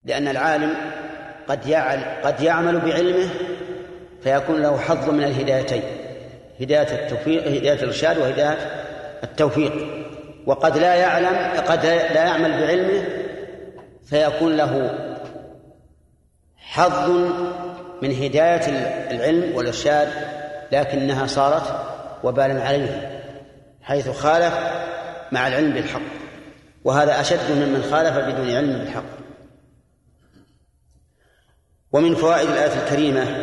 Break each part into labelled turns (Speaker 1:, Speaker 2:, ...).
Speaker 1: لأن العالم قد يعمل بعلمه فيكون له حظ من الهدايتين، هداية التوفيق، هداية الإرشاد وهداية التوفيق، وقد لا يعمل بعلمه فيكون له حظ من هداية العلم والإرشاد لكنها صارت وبالا عليه حيث خالف مع العلم بالحق، وهذا أشد ممن خالف بدون علم بالحق. ومن فوائد الآية الكريمة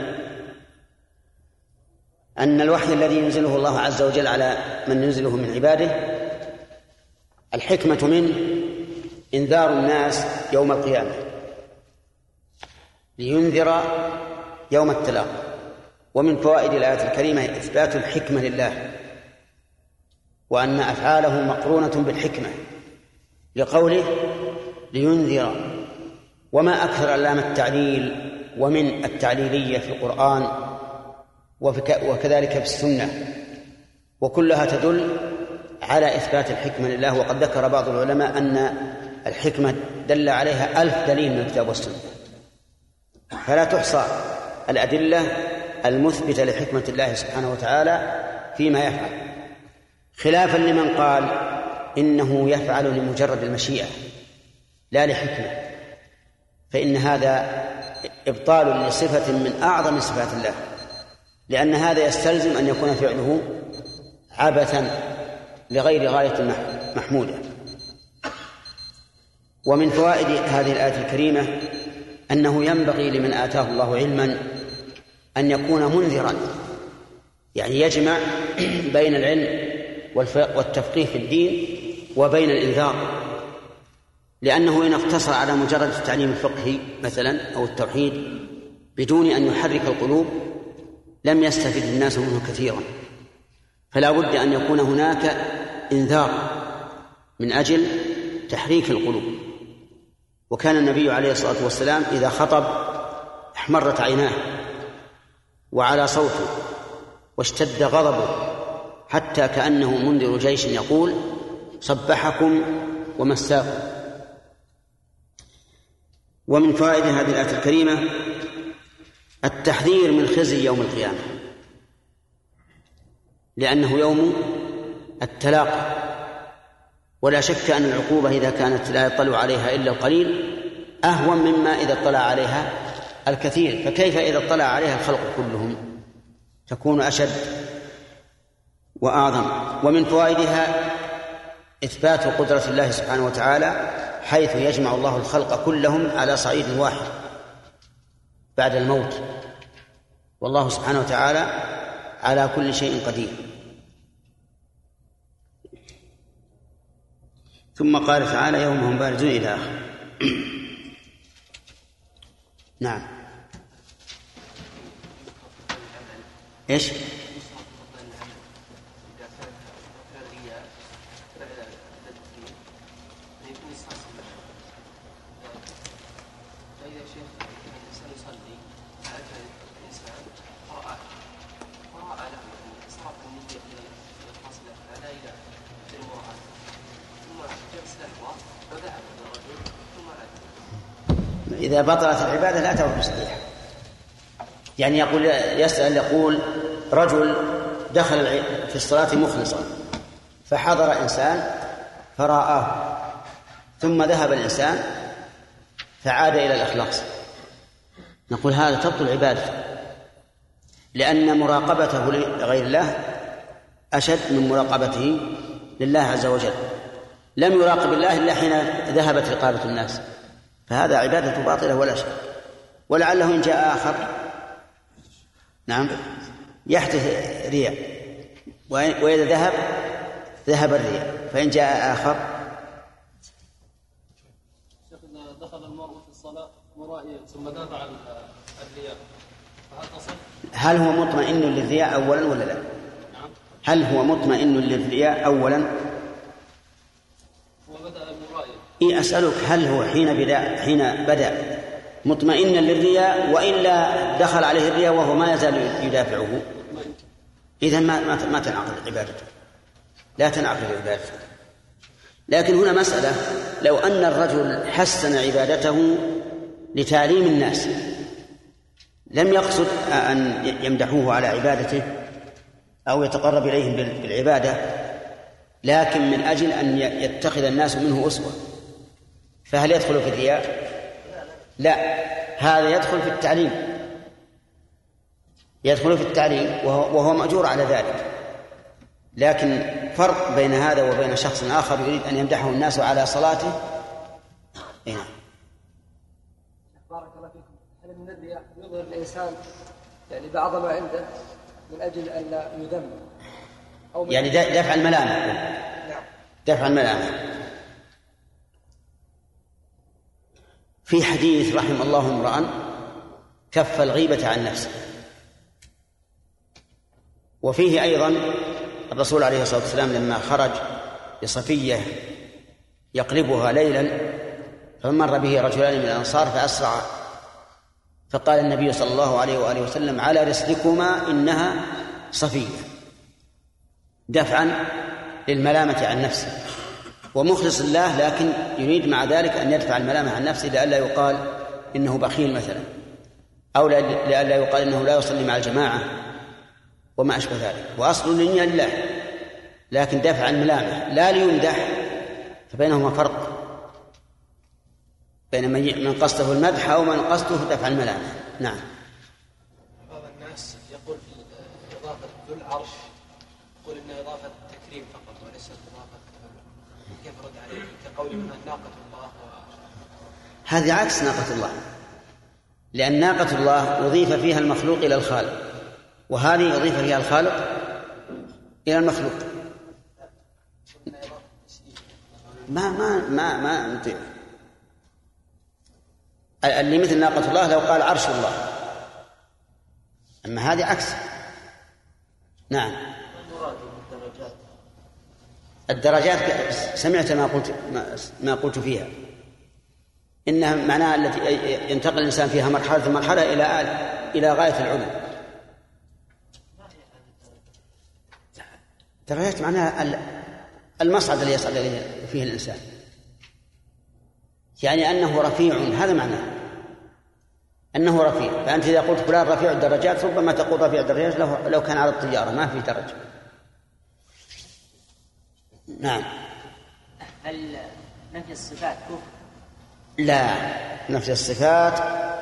Speaker 1: أن الوحي الذي ينزله الله عز وجل على من ينزله من عباده الحكمة منه إنذار الناس يوم القيامة لينذر يوم التلاق. ومن فوائد الآية الكريمة إثبات الحكمة لله، وأن أفعاله مقرونة بالحكمة لقوله لينذر. وما أكثر اللام التعليل ومن التعليلية في القرآن وكذلك في السنة، وكلها تدل على إثبات الحكمة لله. وقد ذكر بعض العلماء أن الحكمة دل عليها 1000 دليل من الكتاب والسنة، فلا تحصى الأدلة المثبتة لحكمة الله سبحانه وتعالى فيما يفعل، خلافا لمن قال إنه يفعل لمجرد المشيئة لا لحكمة، فإن هذا إبطال لصفة من أعظم صفات الله، لأن هذا يستلزم أن يكون فعله عبثا لغير غاية محمودة. ومن فوائد هذه الآية الكريمة أنه ينبغي لمن آتاه الله علما أن يكون منذرا، يعني يجمع بين العلم والتفقيه في الدين وبين الإنذار، لأنه إن اقتصر على مجرد التعليم الفقهي مثلا أو التوحيد بدون أن يحرك القلوب لم يستفد الناس منه كثيرا، فلا بد أن يكون هناك إنذار من أجل تحريك القلوب. وكان النبي عليه الصلاة والسلام إذا خطب احمرت عيناه وعلى صوته واشتد غضبه حتى كأنه منذر جيش يقول صبحكم ومساكم. ومن فوائد هذه الآية الكريمة التحذير من خزي يوم القيامة، لأنه يوم التلاقي، ولا شك أن العقوبة إذا كانت لا يطلع عليها إلا القليل أهون مما إذا اطلع عليها الكثير، فكيف إذا اطلع عليها الخلق كلهم تكون أشد وأعظم. ومن فوائدها إثبات قدرة الله سبحانه وتعالى حيث يجمع الله الخلق كلهم على صعيد واحد بعد الموت، والله سبحانه وتعالى على كل شيء قدير. ثم قال تعالى يوم هم بارزون إلى آخر. نعم. إيش؟ إذا بطلت العبادة لا تعود صحيحة. يعني يقول رجل دخل في الصلاة مخلصا فحضر إنسان فرآه ثم ذهب الإنسان فعاد إلى الإخلاص، نقول هذا تبطل عبادته، لأن مراقبته لغير الله أشد من مراقبته لله عز وجل. لم يراقب الله إلا حين ذهبت رقابة الناس، فهذا عبادة باطلة ولا شك. ولعله إن جاء آخر نعم يحدث رياء، وإذا ذهب الرياء، فإن جاء آخر
Speaker 2: دخل المرء في الصلاة مرائيا ثم دافع الرياء فهل تصح؟
Speaker 1: هل هو مطمئن للرياء أولا ولا لا؟
Speaker 2: نعم.
Speaker 1: هل هو مطمئن للرياء أولا؟
Speaker 2: هو بدأ المرائي.
Speaker 1: إيه أسألك، هل هو حين بدأ مطمئنا للرياء وإلا دخل عليه الرياء وهو ما يزال يدافعه؟ إذن ما تنعقد عبادته، لا تنعقد عبادته. لكن هنا مسألة، لو أن الرجل حسن عبادته لتعليم الناس، لم يقصد أن يمدحوه على عبادته أو يتقرب إليهم بالعبادة، لكن من أجل أن يتخذ الناس منه أسوة. فهل يدخل في الرياء؟ لا، هذا يدخل في التعليم، يدخل في التعليم وهو مأجور على ذلك. لكن فرق بين هذا وبين شخص آخر يريد أن يمدحه الناس على صلاته. هنا
Speaker 3: بارك الله فيكم. هل من الرياء يظهر الإنسان يعني بعض ما عنده من أجل أن لا يذم أو
Speaker 1: يعني دفع الملامح؟
Speaker 3: نعم.
Speaker 1: دفع الملامح. في حديث رحم الله امرأ كف الغيبة عن نفسه، وفيه أيضا الرسول عليه الصلاة والسلام لما خرج بصفية يقلبها ليلا فمر به رجلان من الأنصار فأسرع، فقال النبي صلى الله عليه وآله وسلم: على رسلكما إنها صفية، دفعا للملامة عن نفسه، ومخلص الله، لكن يريد مع ذلك أن يدفع الملامة عن نفسه لئلا يقال إنه بخيل مثلا، أو لئلا يقال إنه لا يصلي مع الجماعة وما أشبه ذلك. وأصل النية لله، لكن دفع الملامة لا ليمدح، فبينهما فرق، بين من قصده المدح أو من قصده دفع الملامة. نعم.
Speaker 2: بعض الناس يقول في إضافة ذو العرش يقول إن إضافة تكريم فقط وليس إضافة، كيف رد عليه كقول من ناقة الله
Speaker 1: هذه عكس ناقة الله، لأن ناقة الله يضيف فيها المخلوق إلى الخالق، وهذه يضيف فيها الخالق إلى المخلوق. ما نطيع اللي مثل ناقة الله لو قال عرش الله، أما هذه عكس. نعم. الدرجات سمعت ما قلت فيها، إنها معناها التي ينتقل الإنسان فيها مرحلة إلى غاية العلو. درجات معناها المصعد الذي يصعد إليه فيه الإنسان، يعني أنه رفيع، هذا معناه أنه رفيع. فأنت إذا قلت فلان رفيع الدرجات ربما تقول رفيع الدرجات لو كان على الطيارة ما في درجة. نعم.
Speaker 4: هل نفي الصفات كفر؟
Speaker 1: لا، نفي الصفات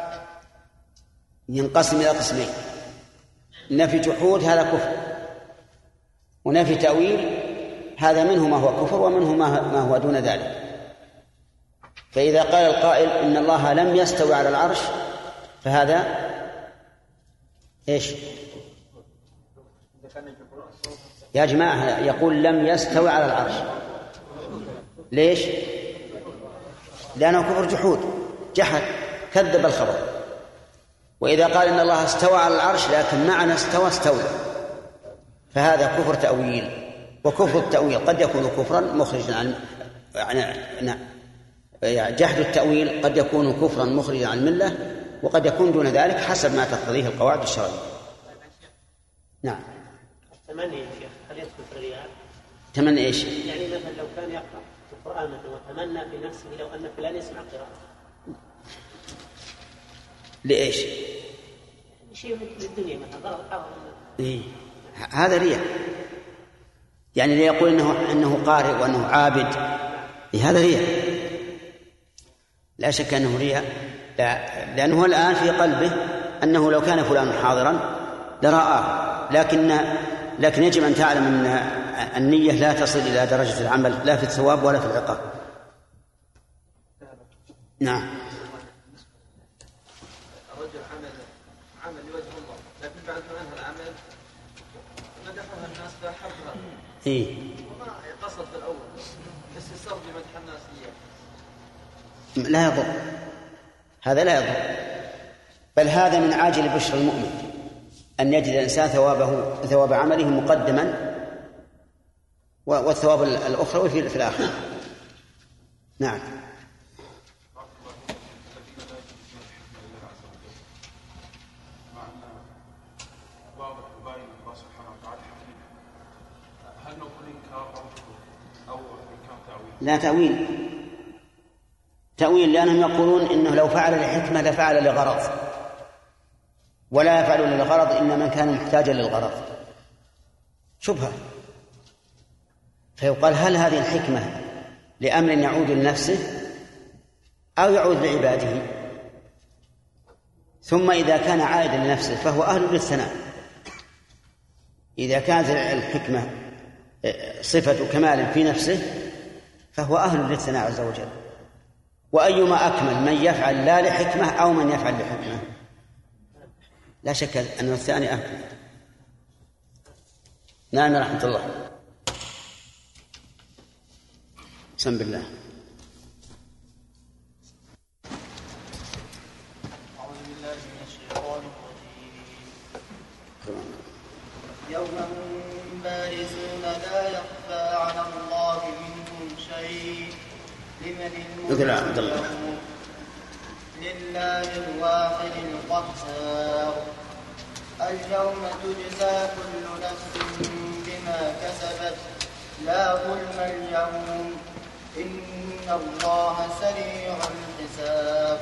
Speaker 1: ينقسم إلى قسمين: نفي جحود هذا كفر، ونفي تأويل هذا منه ما هو كفر ومنه ما هو دون ذلك. فإذا قال القائل إن الله لم يستوي على العرش فهذا إيش؟ يا جماعة يقول لم يستوي على العرش، ليش؟ لأنه كفر جحود، جحد، كذب الخبر. وإذا قال إن الله استوى على العرش لكن معنى استولى فهذا كفر تأويل. وكفر التأويل قد يكون كفرا مخرجا عن جحد التأويل قد يكون كفرا مخرجا عن الملة، وقد يكون دون ذلك حسب ما تقتضيه القواعد الشرعية. نعم.
Speaker 4: التمني يا شيخ هل يدخل في الرياء؟
Speaker 1: تمني ايش؟
Speaker 4: يعني مثلا لو كان يقرأ القرآن وتمنى في نفسه لو أن فلان يسمع قراءته.
Speaker 1: لإيش؟
Speaker 4: شيء من الدنيا مثلا
Speaker 1: إيه؟ هذا رياء، يعني ليقول إنه قارئ وأنه عابد، إيه هذا رياء، لا شك أنه رياء. لأنه الآن في قلبه أنه لو كان فلان حاضرا لرآه، لكن يجب أن تعلم أن النية لا تصل إلى درجة العمل لا في الثواب ولا في العقاب. نعم.
Speaker 2: الرجل عمل لوجه الله لكن بعد ما انهى العمل مدحها الناس فحبها وما قصد في الاول بس يصر بمدح الناس اياه،
Speaker 1: لا يضر، هذا لا يضر، بل هذا من عاجل بشر المؤمن أن يجد الإنسان ثواب عمله مقدما والثواب الأخرى في الآخرة. نعم. لا تأويل، تأويل، لأنهم يقولون إنه لو فعل لحكمة لفعل لغرض، ولا يفعل لغرض إن من كان محتاجا للغرض. شبهة. فيقال هل هذه الحكمة لأمر يعود لنفسه أو يعود لعباده؟ ثم إذا كان عائدا لنفسه فهو أهل للثناء. إذا كانت الحكمة صفة كمال في نفسه فهو أهل للثناء عز وجل. وأيما أكمل، من يفعل لا لحكمة أو من يفعل لحكمة؟ لا شك أن الثاني أكمل. نعم رحمة الله. بسم الله.
Speaker 2: أعوذ بالله من الشيطان الرجيم. يوم هم بارزون لا يخفى على الله منهم شيء. لمن الملك لله الواحد القهار. اليوم تجزى كل نفس بما كسبت لا ظلم اليوم إن الله سريع الحساب.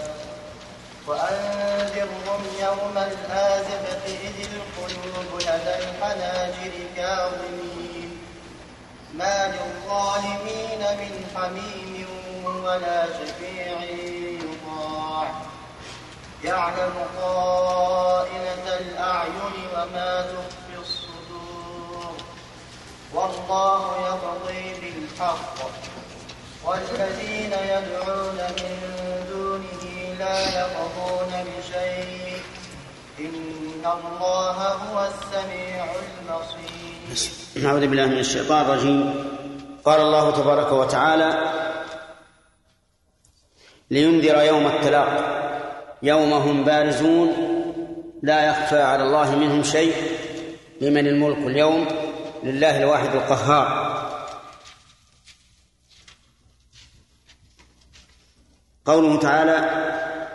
Speaker 2: وأنذرهم يوم الآزفة إذ القلوب لدى الحناجر كاظمين ما للظالمين من حميم ولا شفيع يطاع يعلم خائنة الأعين وما تخفي الصدور والله يقضي بالحق والذين يدعون من دونه لا يقضون بشيء إن الله هو السميع البصير.
Speaker 1: نعوذ بالله من الشيطان الرجيم. قال الله تبارك وتعالى: لينذر يوم التلاق يوم هم بارزون لا يخفى على الله منهم شيء لمن الملك اليوم لله الواحد القهار. قوله تعالى: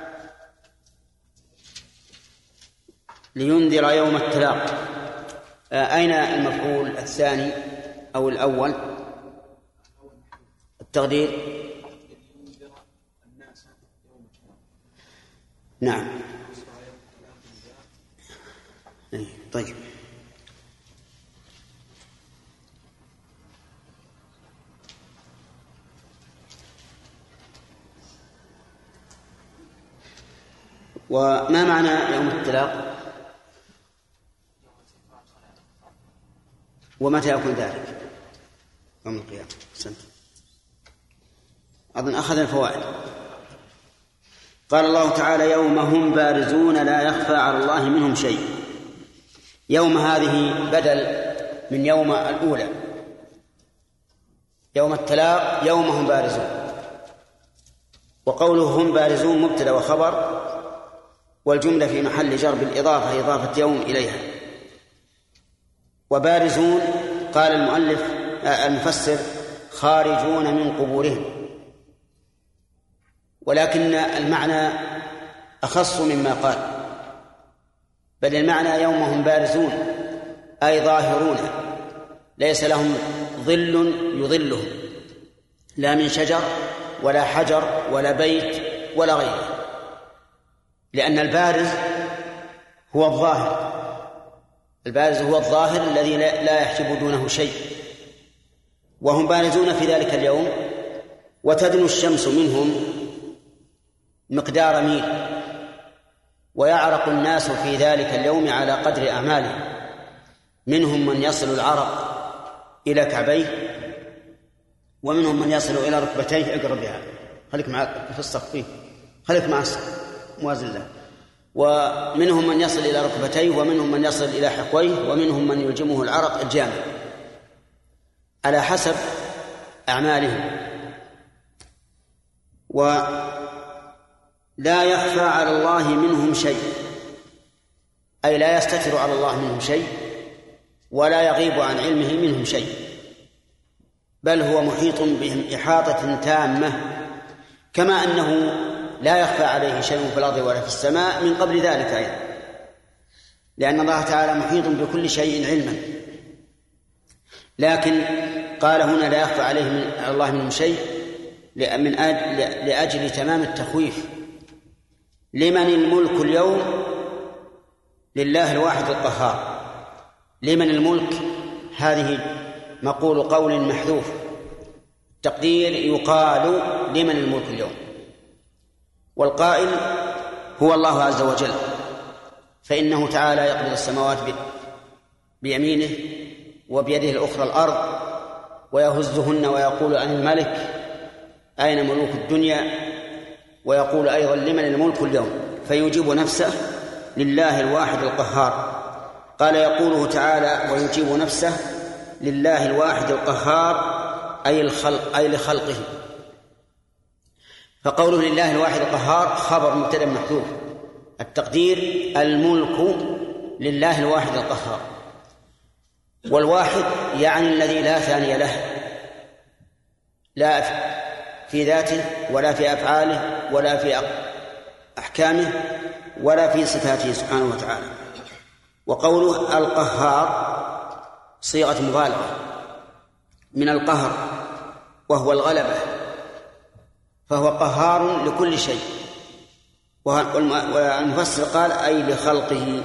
Speaker 1: لينذر يوم التلاق، أين المفعول الثاني أو الأول؟ التقدير نعم. طيب. وما معنى يوم التلاق؟ ومتى يكون ذلك؟ يوم القيامة. سنت. أظن أخذ الفوائد. قال الله تعالى: يوم هم بارزون لا يخفى على الله منهم شيء. يوم هذه بدل من يوم الأولى. يوم التلاق يوم هم بارزون، وقوله هم بارزون مبتدأ وخبر، والجملة في محل جر بالإضافة، إضافة يوم إليها. وبارزون قال المفسر خارجون من قبورهم، ولكن المعنى أخص مما قال، بل المعنى يوم هم بارزون أي ظاهرون، ليس لهم ظل يظلهم، لا من شجر ولا حجر ولا بيت ولا غيره، لأن البارز هو الظاهر. البارز هو الظاهر الذي لا يحجب دونه شيء. وهم بارزون في ذلك اليوم، وتدنو الشمس منهم مقدار ميل، ويعرق الناس في ذلك اليوم على قدر أعمالهم، منهم من يصل العرق إلى كعبيه، ومنهم من يصل إلى ركبتيه. اقرب بها، خليك مع في الصف فيه، خليك مع موازن له. ومنهم من يصل إلى ركبتيه، ومنهم من يصل إلى حقويه، ومنهم من يلجمه العرق الجامع على حسب أعمالهم. ولا يخفى على الله منهم شيء، أي لا يستتر على الله منهم شيء، ولا يغيب عن علمه منهم شيء، بل هو محيط بهم إحاطة تامة، كما أنه لا يخفى عليه شيء في الأرض ولا في السماء من قبل ذلك أيضا، لأن الله تعالى محيط بكل شيء علما. لكن قال هنا لا يخفى عليه على الله منهم شيء، لأجل تمام التخويف. لمن الملك اليوم؟ لله الواحد القهار. لمن الملك؟ هذه مقول قول محذوف، تقدير يقال لمن الملك اليوم، والقائل هو الله عز وجل، فإنه تعالى يقبض السماوات بيمينه وبيده الأخرى الأرض ويهزهن ويقول أنا الملك أين ملوك الدنيا، ويقول أيضا لمن الملك اليوم، فيجيب نفسه لله الواحد القهار. قال يقوله تعالى ويجيب نفسه لله الواحد القهار أي لخلقه. فقوله لله الواحد القهار خبر مبتدأ محذوف، التقدير الملك لله الواحد القهار. والواحد يعني الذي لا ثاني له، لا في ذاته ولا في أفعاله ولا في أحكامه ولا في صفاته سبحانه وتعالى. وقوله القهار صيغة مبالغة من القهر وهو الغلبة، فهو قهار لكل شيء. والمفسر قال أي لخلقه.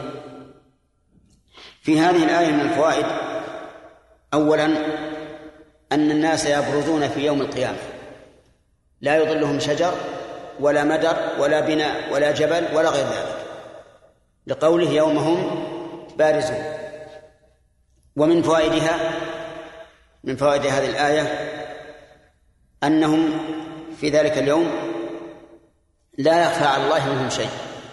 Speaker 1: في هذه الآية من الفوائد: أولا أن الناس يبرزون في يوم القيامة لا يظلهم شجر ولا مدر ولا بناء ولا جبل ولا غير ذلك، لقوله يوم هم بارزون. ومن فوائدها، من فوائد هذه الآية أنهم في ذلك اليوم لا يخفى على الله منهم شيء،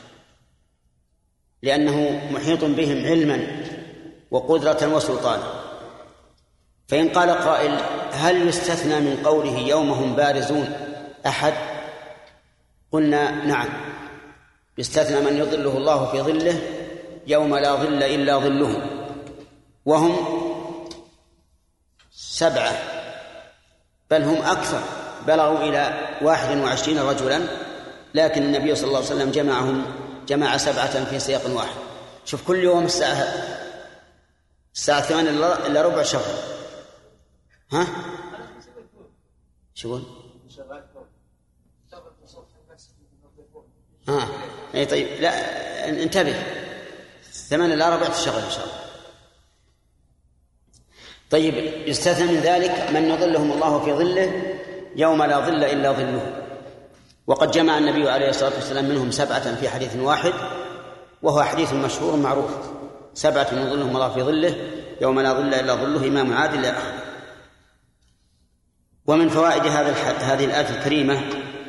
Speaker 1: لأنه محيط بهم علما وقدرة وسلطانا. فإن قال قائل هل يستثنى من قوله يوم هم بارزون أحد؟ قلنا نعم، يستثنى من يظله الله في ظله يوم لا ظل إلا ظله، وهم 7 بل هم أكثر، بلغوا إلى 21 رجلا، لكن النبي صلى الله عليه وسلم جمع 7 في سياق واحد. شوف كل يوم الساعة 8 إلا ربع شهر. ها؟ شو؟ اي طيب، لا انتبه، 8 إلا ربع تشغل إن شاء الله. طيب، يستثنى من ذلك من يظلهم الله في ظله يوم لا ظل إلا ظله، وقد جمع النبي عليه الصلاة والسلام منهم 7 في حديث واحد، وهو حديث مشهور معروف: 7 يظلهم الله في ظله يوم لا ظل إلا ظله، إمام عادل لا أحد. ومن فوائد هذه الآية الكريمة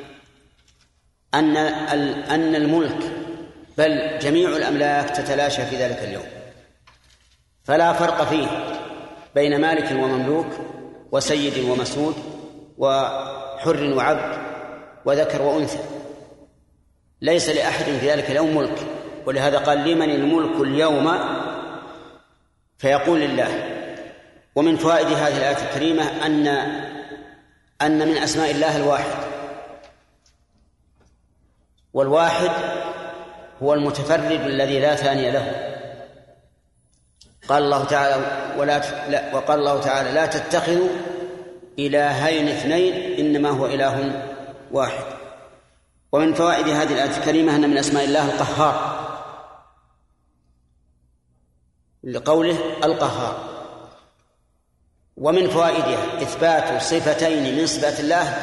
Speaker 1: أن الملك بل جميع الأملاك تتلاشى في ذلك اليوم، فلا فرق فيه بين مالك ومملوك وسيد ومسود وحر وعبد وذكر وأنثى، ليس لأحد في ذلك اليوم ملك. ولهذا قال لمن الملك اليوم، فيقول لله. ومن فوائد هذه الآية الكريمة أن من أسماء الله الواحد، والواحد هو المتفرد الذي لا ثاني له. قال الله تعالى وقال الله تعالى لا تتخذوا إلهين اثنين إنما هو إله واحد. ومن فوائد هذه الآية الكريمة أن من أسماء الله القهار، لقوله القهار. ومن فوائدها إثبات صفتين من صفات الله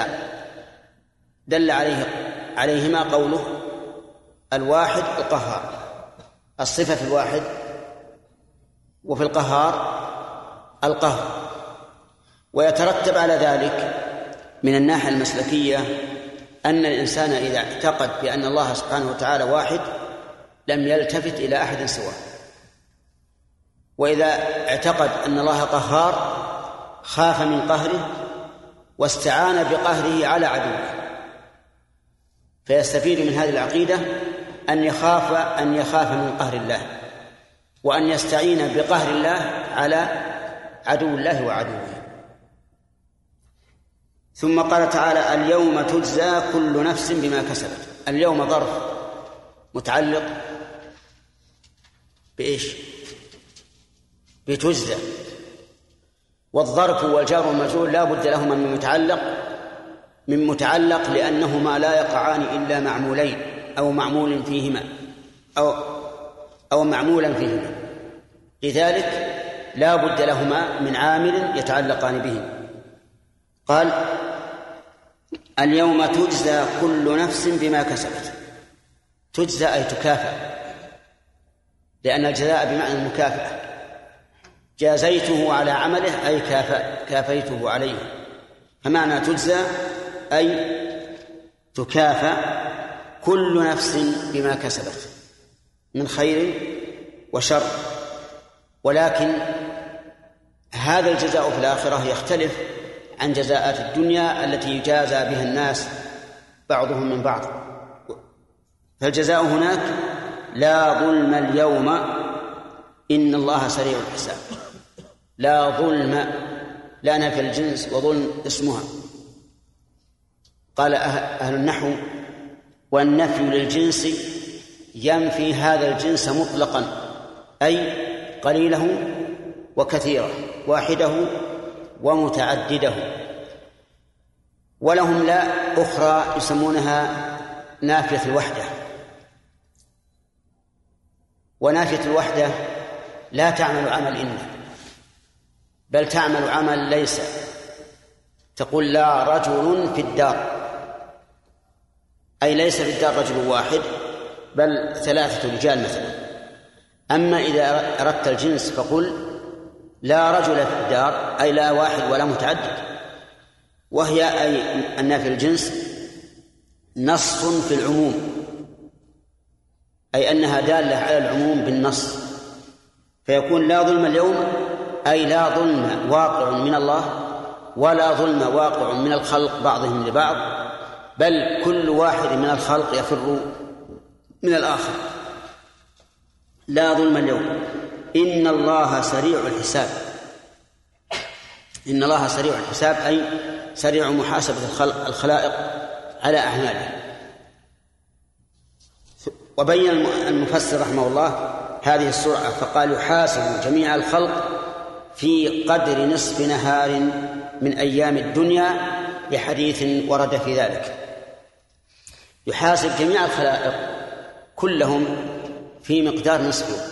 Speaker 1: دل عليهما قوله الواحد القهار، الصفة في الواحد وفي القهار القهر. ويترتب على ذلك من الناحية المسلكية أن الإنسان إذا اعتقد بأن الله سبحانه وتعالى واحد لم يلتفت إلى أحد سواه، وإذا اعتقد أن الله قهار خاف من قهره واستعان بقهره على عدوه. فيستفيد من هذه العقيدة أن يخاف من قهر الله، وأن يستعين بقهر الله على عدو الله وعدوه. ثم قال تعالى اليوم تجزى كل نفس بما كسبت. اليوم ظرف متعلق بإيش؟ بتجزى. والظرف والجار والمجرور لا بد لهما من متعلق من متعلق لأنهما لا يقعان إلا معمولين أو معمول فيهما أو معمولا فيهما، لذلك لا بد لهما من عامل يتعلقان به. قال اليوم تجزى كل نفس بما كسبت. تجزى أي تكافأ، لأن الجزاء بمعنى المكافأة. جازيته على عمله أي كافيته عليه، فمعنى تجزى أي تكافأ كل نفس بما كسبت من خير وشر. ولكن هذا الجزاء في الآخرة يختلف عن جزاءات الدنيا التي يجازى بها الناس بعضهم من بعض. فالجزاء هناك لا ظلم اليوم إن الله سريع الحساب. لا ظلم، لا نفي الجنس وظلم اسمها. قال أهل النحو والنفي للجنس ينفي هذا الجنس مطلقا، أي قليله وكثيره، واحده ومتعدده. ولهم لا أخرى يسمونها نافية الوحدة. ونافية الوحدة لا تعمل عمل إن، بل تعمل عمل ليس. تقول لا رجل في الدار، أي ليس في الدار رجل واحد بل 3 رجال مثلا. أما إذا أردت الجنس فقل لا رجل في الدار، أي لا واحد ولا متعدد. وهي أي النافي الجنس نص في العموم، أي أنها دالة على العموم بالنص. فيكون لا ظلم اليوم أي لا ظلم واقع من الله ولا ظلم واقع من الخلق بعضهم لبعض، بل كل واحد من الخلق يفر من الآخر. لا ظلم اليوم إن الله سريع الحساب. إن الله سريع الحساب أي سريع محاسبة الخلائق على أعماله. وبين المفسر رحمه الله هذه السرعة فقال يحاسب جميع الخلق في قدر نصف نهار من أيام الدنيا، لحديث ورد في ذلك. يحاسب جميع الخلائق كلهم في مقدار نصف يوم،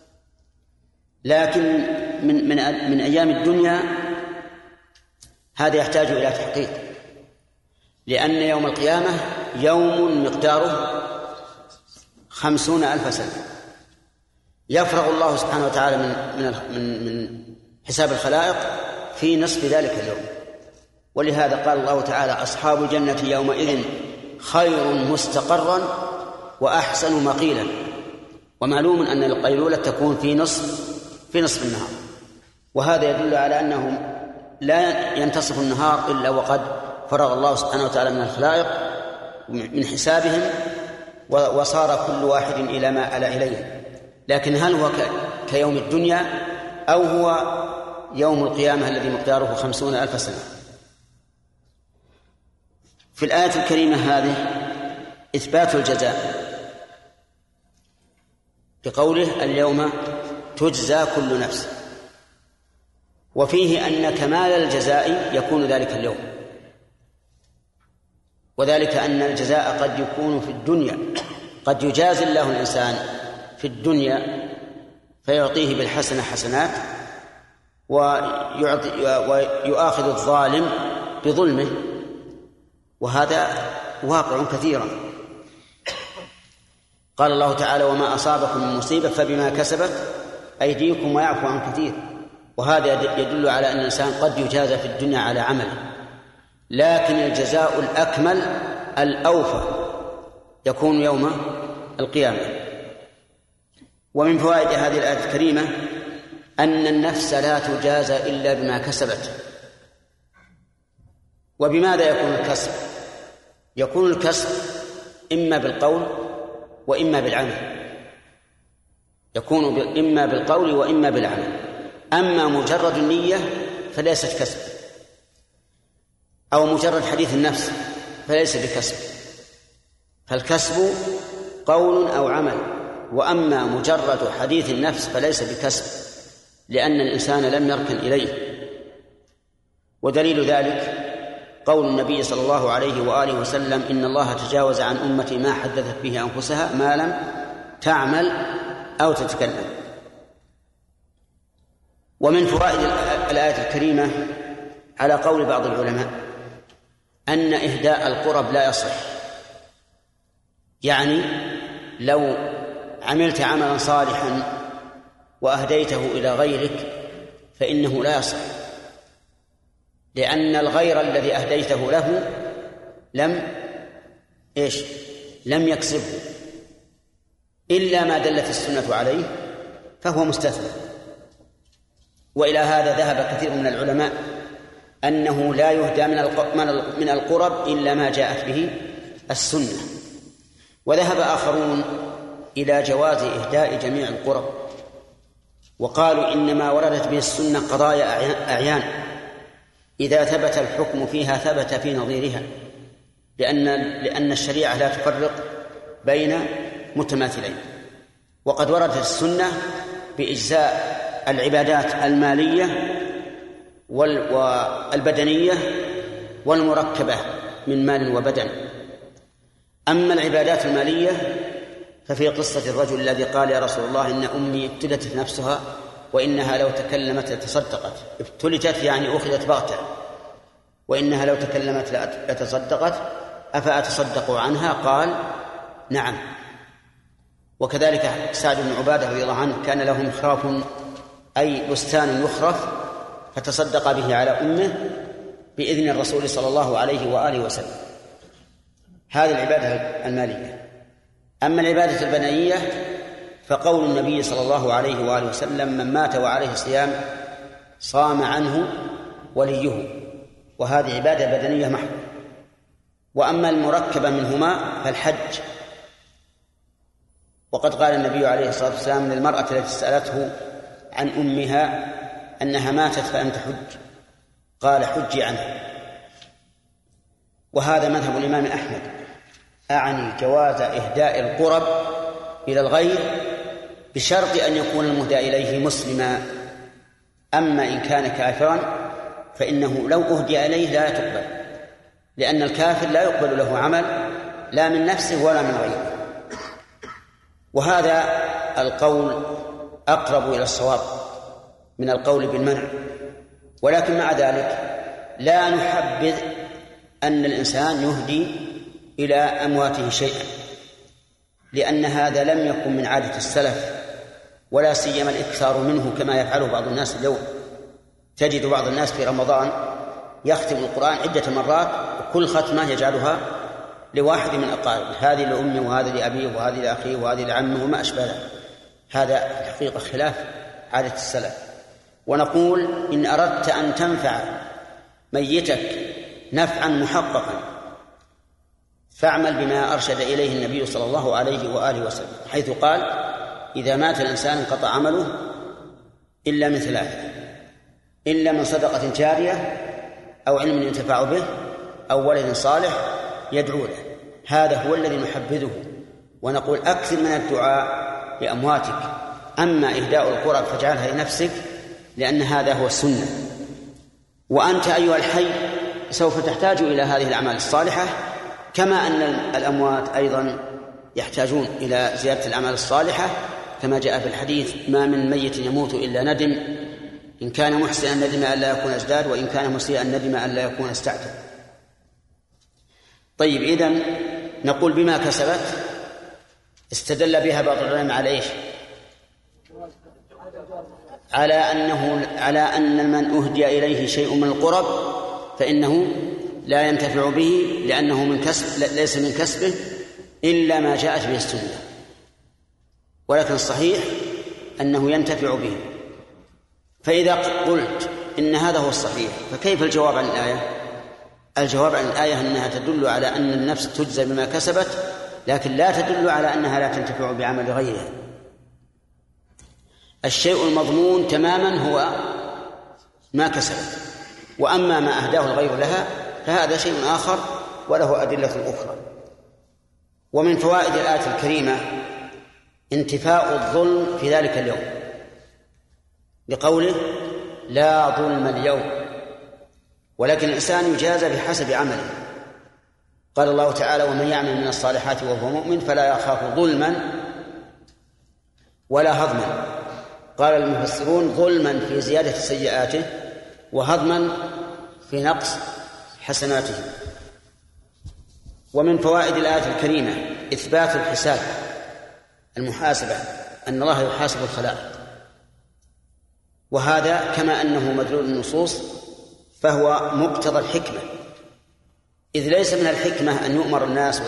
Speaker 1: لكن من أيام الدنيا هذا يحتاج إلى تحقيق، لأن يوم القيامة يوم مقداره 50,000 سنة. يفرغ الله سبحانه وتعالى من حساب الخلائق في نصف ذلك اليوم. ولهذا قال الله تعالى أصحاب الجنة يومئذ خير مستقرا وأحسن مقيلا. ومعلوم أن القيلولة تكون في نصف النهار، وهذا يدل على أنه لا ينتصف النهار إلا وقد فرغ الله سبحانه وتعالى من الخلائق من حسابهم، وصار كل واحد إلى ما ألا إليه. لكن هل هو كيوم الدنيا أو هو يوم القيامة الذي مقداره 50,000 سنة؟ في الآية الكريمة هذه إثبات الجزاء بقوله اليوم تجزى كل نفس، وفيه أن كمال الجزاء يكون ذلك اليوم، وذلك أن الجزاء قد يكون في الدنيا، قد يجازي الله الإنسان في الدنيا فيعطيه بالحسنة حسنات ويؤاخذ الظالم بظلمه، وهذا واقع كثيرا. قال الله تعالى وما أصابكم من مصيبة فبما كسبت أيديكم ويعفو عن كثير. وهذا يدل على أن الإنسان قد يجازى في الدنيا على عمله، لكن الجزاء الأكمل الأوفى يكون يوم القيامة. ومن فوائد هذه الآية الكريمة أن النفس لا تجازى إلا بما كسبت. وبماذا يكون الكسب؟ يكون الكسب إما بالقول وإما بالعمل، يكون إما بالقول وإما بالعمل. أما مجرد النية فليست كسب، أو مجرد حديث النفس فليس بكسب. فالكسب قول أو عمل، وأما مجرد حديث النفس فليس بكسب، لأن الإنسان لم يركن إليه. ودليل ذلك قول النبي صلى الله عليه وآله وسلم: إن الله تجاوز عن أمتي ما حدثت به أنفسها ما لم تعمل أو تتكلم. ومن فوائد الآية الكريمة على قول بعض العلماء أن إهداء القرب لا يصح، يعني لو عملت عملا صالحا وأهديته إلى غيرك فإنه لا يصح، لأن الغير الذي أهديته له لم يكسبه إلا ما دلت السنة عليه فهو مستثنى. وإلى هذا ذهب كثير من العلماء أنه لا يهدى من القرب إلا ما جاءت به السنة. وذهب آخرون إلى جواز إهداء جميع القرب، وقالوا إنما وردت به السنة قضايا أعيان إذا ثبت الحكم فيها ثبت في نظيرها، لأن الشريعة لا تفرق بين متماثلين. وقد وردت السنة بإجزاء العبادات المالية والبدنية والمركبة من مال وبدن. أما العبادات المالية ففي قصة الرجل الذي قال: يا رسول الله إن أمي ابتلتت نفسها وإنها لو تكلمت لتصدقت. ابتلتت يعني أخذت بغتة، وإنها لو تكلمت لتصدقت، أفأتصدق عنها؟ قال: نعم. وكذلك سعد بن عبادة رضي الله عنه كان له مخراف أي بستان يخرف فتصدق به على أمه بإذن الرسول صلى الله عليه وآله وسلم. هذه العبادة المالية. أما العبادة البدنية فقول النبي صلى الله عليه وآله وسلم: من مات وعليه صيام صام عنه وليه، وهذه عبادة بدنية محضة. وأما المركبة منهما فالحج. وقد قال النبي عليه الصلاة والسلام للمرأة التي سألته عن أمها أنها ماتت فأنت حج، قال: حجي عنها. وهذا مذهب الإمام أحمد، أعني جواز إهداء القرب إلى الغير بشرط أن يكون المهدى إليه مسلما. أما إن كان كافرا فإنه لو أهدي إليه لا تقبل، لأن الكافر لا يقبل له عمل لا من نفسه ولا من غيره. وهذا القول أقرب إلى الصواب من القول بالمنع. ولكن مع ذلك لا نحبذ أن الإنسان يهدي إلى أمواته شيئا، لأن هذا لم يكن من عادة السلف، ولا سيما الإكثار منه كما يفعله بعض الناس اليوم. تجد بعض الناس في رمضان يختم القرآن عدة مرات، وكل ختمة يجعلها لواحد من أقاربه، هذه لأمه وهذه لأبيه وهذه لأخيه وهذه لعمه وما أشبه ذلك. هذا الحقيقة خلاف عادة السلف. ونقول: إن أردت أن تنفع ميتك نفعا محققا فاعمل بما أرشد إليه النبي صلى الله عليه وآله وسلم، حيث قال: إذا مات الإنسان انقطع عمله إلا من ثلاثة: إلا من صدقة جارية أو علم ينتفع به أو ولد صالح يدعو له. هذا هو الذي نحبذه، ونقول: أكثر من الدعاء لأمواتك. أما إهداء القرب فاجعلها لنفسك، لأن هذا هو السنة. وأنت أيها الحي سوف تحتاج إلى هذه الأعمال الصالحة، كما أن الأموات أيضا يحتاجون إلى زيادة الأعمال الصالحة، كما جاء في الحديث: ما من ميت يموت إلا ندم، إن كان محسنا ندم ألا يكون ازداد، وإن كان مسيئا ندم ألا يكون استعتب. طيب، إذن نقول بما كسبت استدل بها بعض العلماء على إيش؟ على أن من أهدي إليه شيء من القرب فإنه لا ينتفع به، لأنه من كسب ليس من كسبه إلا ما جاءت به السنة. ولكن الصحيح أنه ينتفع به. فإذا قلت إن هذا هو الصحيح فكيف الجواب عن الآية؟ الجواب عن الآية أنها تدل على أن النفس تجزى بما كسبت، لكن لا تدل على أنها لا تنتفع بعمل غيرها. الشيء المضمون تماما هو ما كسبت، وأما ما أهداه الغير لها فهذا شيء آخر وله أدلة أخرى. ومن فوائد الآية الكريمة انتفاء الظلم في ذلك اليوم، لقوله: لا ظلم اليوم. ولكن الإنسان يجازى بحسب عمله. قال الله تعالى: ومن يعمل من الصالحات وهو مؤمن فلا يخاف ظلما ولا هضما. قال المفسرون: ظلما في زيادة سيئاته، وهضما في نقص حسناته. ومن فوائد الآية الكريمة إثبات الحساب، المحاسبة، أن الله يحاسب الخلائق، وهذا كما أنه مدلول النصوص فهو مقتضى الحكمة، إذ ليس من الحكمة أن يؤمر الناس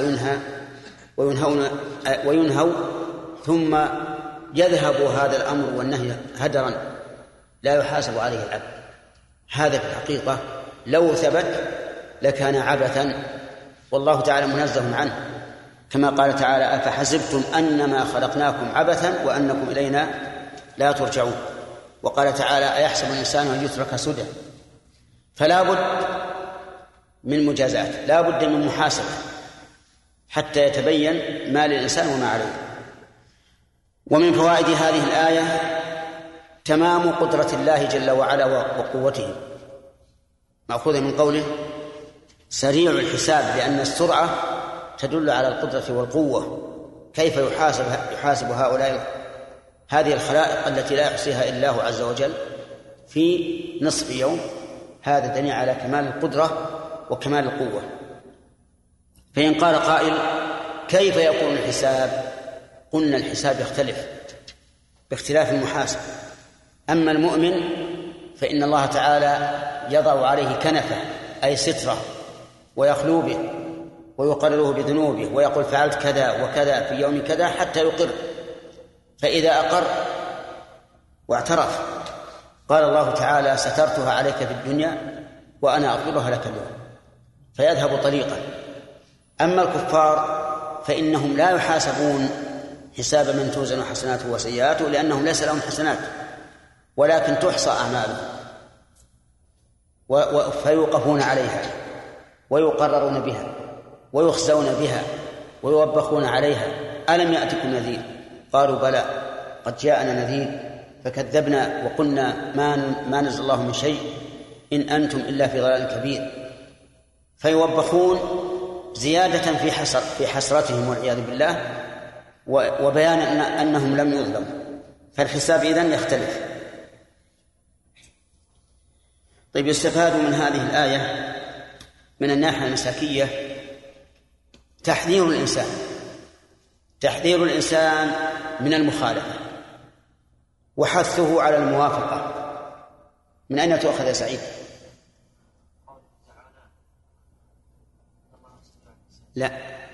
Speaker 1: وينهوا ثم يذهب هذا الأمر والنهي هدرا لا يحاسب عليه العبد. هذا في الحقيقة لو ثبت لكان عبثا، والله تعالى منزه عنه، كما قال تعالى: أفحسبتم أنما خلقناكم عبثا وأنكم إلينا لا ترجعون. وقال تعالى: أيحسب الإنسان أن يترك سدى. فلا بد من مجازات، لا بد من محاسبة حتى يتبين ما للإنسان وما عليه. ومن فوائد هذه الآية تمام قدرة الله جل وعلا وقوته، مأخوذ من قوله سريع الحساب، لأن السرعة تدل على القدرة والقوة. كيف يحاسب هؤلاء هذه الخلائق التي لا يحصيها إلا الله عز وجل في نصف يوم؟ هذا دليل على كمال القدرة وكمال القوة. فإن قال قائل: كيف يكون الحساب؟ قلنا: الحساب يختلف باختلاف المحاسب. أما المؤمن فإن الله تعالى يضع عليه كنفة، أي سترة، ويخلو به ويقرره بذنوبه ويقول: فعلت كذا وكذا في يوم كذا، حتى يقر. فإذا أقر واعترف قال الله تعالى: سترتها عليك في الدنيا وأنا أغفرها لك اليوم، فيذهب طريقا. أما الكفار فإنهم لا يحاسبون حساب من توزن حسناته وسيئاته، لأنهم ليس لهم حسنات ولكن تحصى أعمالهم فيوقفون عليها ويقررون بها ويخزون بها ويوبخون عليها. ألم يأتكم نذير؟ قالوا: بلى قد جاءنا نذير فكذبنا وقلنا ما نزل الله من شيء إن أنتم إلا في ضلال كبير. فيوبخون زيادة في حسرتهم والعياذ بالله، وبيان أنهم لم يظلموا. فالحساب إذن يختلف. طيب، يستفاد من هذه الآية من الناحية المساكية تحذير الإنسان من المخالفة وحثه على الموافقة. من أين تؤخذ يا سعيد؟ لا،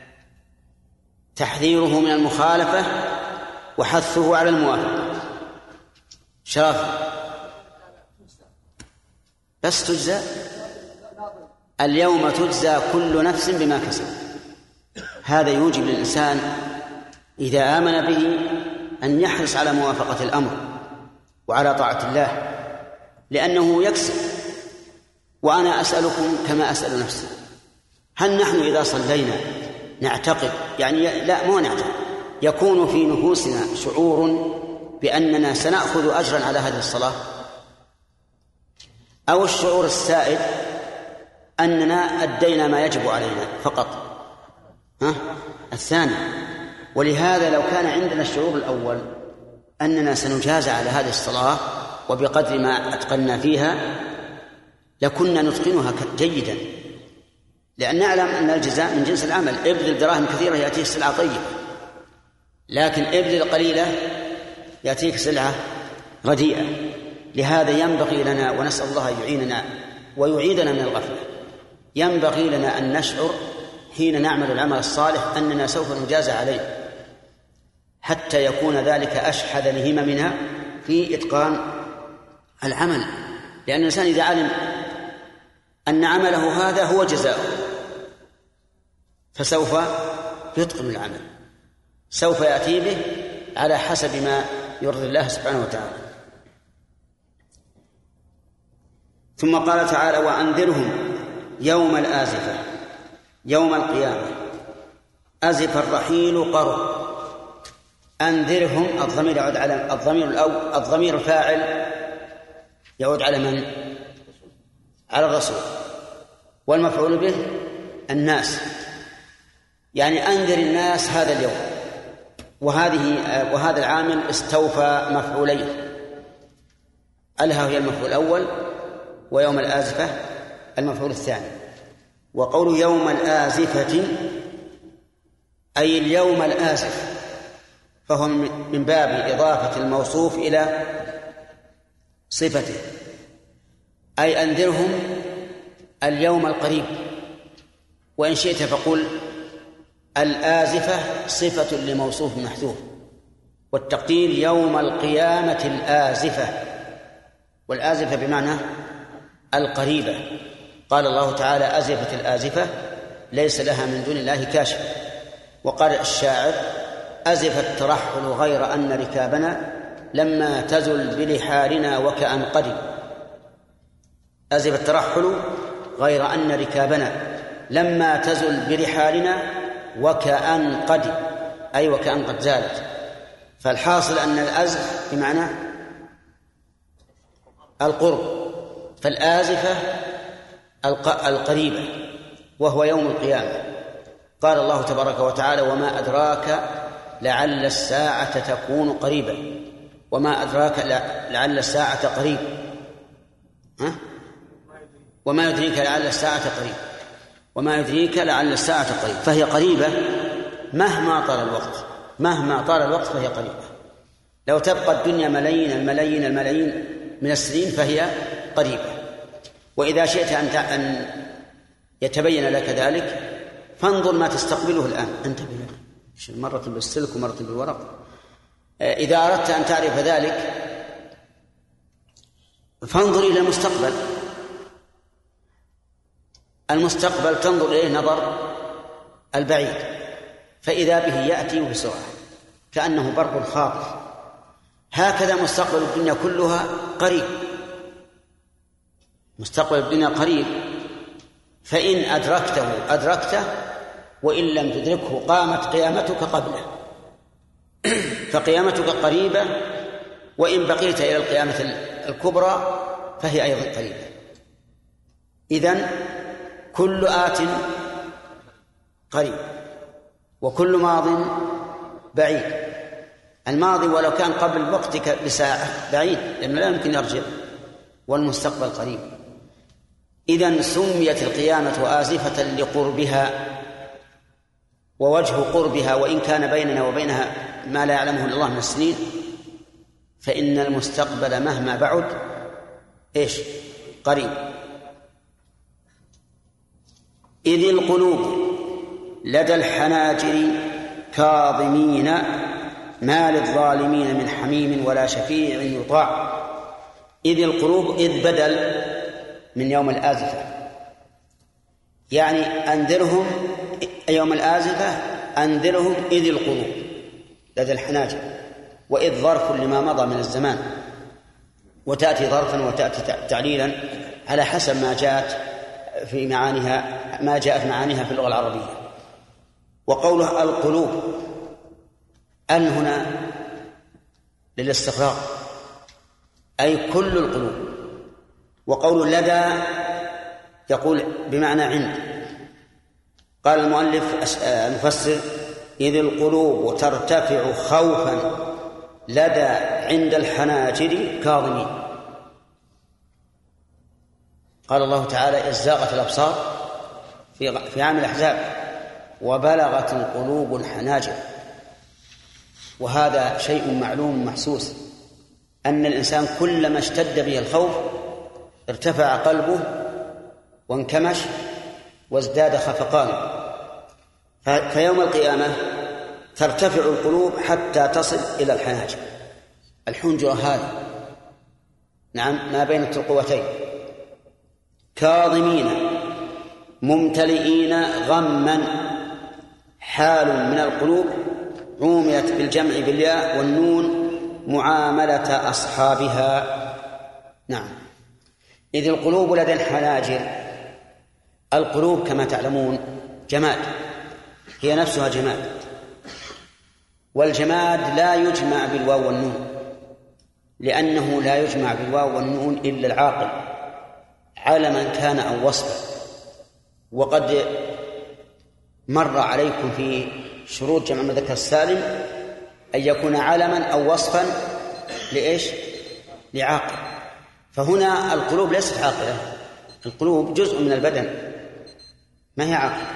Speaker 1: تحذيره من المخالفة وحثه على الموافقة. شرف بس تجزى اليوم، تجزى كل نفس بما كسبت. هذا يوجب للإنسان إذا آمن به أن يحرص على موافقة الأمر وعلى طاعة الله، لأنه يكسب. وأنا أسألكم كما أسأل نفسي: هل نحن إذا صلينا نعتقد، يعني لا مو نعتقد، يكون في نفوسنا شعور بأننا سنأخذ أجرا على هذه الصلاة؟ أو الشعور السائد أننا أدينا ما يجب علينا فقط؟ الثاني. ولهذا لو كان عندنا الشعور الأول أننا سنجازى على هذه الصلاة وبقدر ما أتقنا فيها لكنا نتقنها جيدا، لأن نعلم أن الجزاء من جنس العمل. ابذل دراهم كثيرة يأتيك سلعة طيبة، لكن ابذل قليلة يأتيك سلعة رديئة. لهذا ينبغي لنا، ونسأل الله يعيننا ويعيدنا من الغفلة، ينبغي لنا أن نشعر حين نعمل العمل الصالح أننا سوف نجازى عليه، حتى يكون ذلك أشحذ لهممنا في إتقان العمل. لأن الإنسان إذا علم أن عمله هذا هو جزاؤه فسوف يتقن العمل، سوف يأتي به على حسب ما يرضي الله سبحانه وتعالى. ثم قال تعالى: وأنذرهم يوم الآزفة، يوم القيامة. أزف الرحيل قرب. أنذرهم، الضمير يعود على الضمير الفاعل يعود على من؟ على الرسول والمفعول به الناس، يعني أنذر الناس هذا اليوم. وهذا العامل استوفى مفعولين، ألها هي المفعول الأول، ويوم الآزفة المفعول الثاني. وقول يوم الآزفة أي اليوم الآزف، فهو من باب إضافة الموصوف إلى صفته، أي أنذرهم اليوم القريب. وإن شئت فقل الآزفة صفة لموصوف محذوف، والتقدير يوم القيامة الآزفة، والآزفة بمعنى القريبة. قال الله تعالى أزفت الآزفة ليس لها من دون الله كاشف. وقال الشاعر أزف الترحل غير أن ركابنا لما تزل بلحارنا وكأن قريب. أزف الترحل غير أن ركابنا لما تزل برحالنا وكأن قد، أي وكأن قد زالت. فالحاصل أن الأزف بمعنى القرب، فالآزفة القريبة وهو يوم القيامة. قال الله تبارك وتعالى وما أدراك لعل الساعة تكون قريبا. وما أدراك لعل الساعة قريب، وما يدريك لعل الساعة قريب، وما يدريك لعل الساعة قريب. فهي قريبة مهما طال الوقت، مهما طال الوقت فهي قريبة. لو تبقى الدنيا ملايين الملايين الملايين من السنين فهي قريبة. وإذا شئت أن يتبين لك ذلك فانظر ما تستقبله الآن. انتبه، مرة بالسلك ومرة بالورق. إذا أردت أن تعرف ذلك فانظر إلى المستقبل. المستقبل تنظر إليه نظر البعيد، فإذا به يأتي بسرعة كأنه برق خاطف. هكذا مستقبل الدنيا كلها قريب، مستقبل الدنيا قريب، فإن أدركته أدركته، وإن لم تدركه قامت قيامتك قبله. فقيامتك قريبة، وإن بقيت إلى القيامة الكبرى فهي أيضا قريبة. إذن كل آت قريب وكل ماض بعيد. الماضي ولو كان قبل وقتك بساعة بعيد لأنه لا يمكن يرجع، والمستقبل قريب. إذن سميت القيامة آزفة لقربها، ووجه قربها وإن كان بيننا وبينها ما لا يعلمه إلا الله من السنين، فإن المستقبل مهما بعد قريب. إذ القلوب لدى الحناجر كاظمين ما للظالمين من حميم ولا شفيع يطاع. إذ القلوب، إذ بدل من يوم الآزفة، يعني أنذرهم يوم الآزفة، أنذرهم إذ القلوب لدى الحناجر. وإذ ظرف لما مضى من الزمان، وتأتي ظرفا وتأتي تعليلا على حسب ما جاءت في معانيها، ما جاءت معانيها في اللغة العربية. وقولها القلوب أن هنا للاستغراق، أي كل القلوب. وقول لدى يقول بمعنى عند. قال المؤلف المفسر إذ القلوب ترتفع خوفا لدى عند الحناجر كاظمين. قال الله تعالى إذ زاغت الأبصار في عام الأحزاب وبلغت القلوب الحناجر. وهذا شيء معلوم محسوس، أن الإنسان كلما اشتد به الخوف ارتفع قلبه وانكمش وازداد خفقانه. فيوم القيامة ترتفع القلوب حتى تصل إلى الحناجر. الحنجرة هذا نعم ما بين الترقوتين. كاظمين ممتلئين غما، حال من القلوب عوملت بالجمع بالياء والنون معاملة أصحابها. نعم. إذ القلوب لدى الحناجر. القلوب كما تعلمون جماد، هي نفسها جماد، والجماد لا يجمع بالواو والنون، لأنه لا يجمع بالواو والنون إلا العاقل علما كان أو وصفا. وقد مر عليكم في شروط جمع المذكر السالم أن يكون علما أو وصفا لإيش؟ لعاقل. فهنا القلوب ليست عاقلة، القلوب جزء من البدن ما هي عاقلة.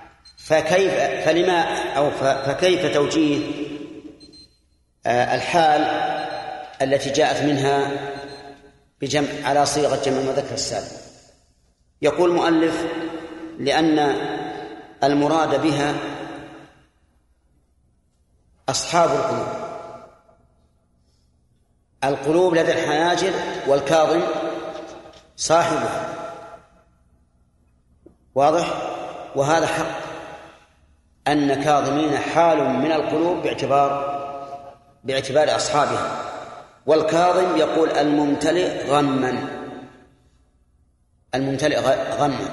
Speaker 1: فكيف توجيه الحال التي جاءت منها بجمع على صيغة جمع المذكر السالم؟ يقول المؤلف: لأن المراد بها أصحاب القلوب. القلوب لدى الحناجر، والكاظم صاحبها. واضح؟ وهذا حق أن كاظمين حال من القلوب باعتبار أصحابها. والكاظم يقول الممتلئ غما، الممتلئ غما.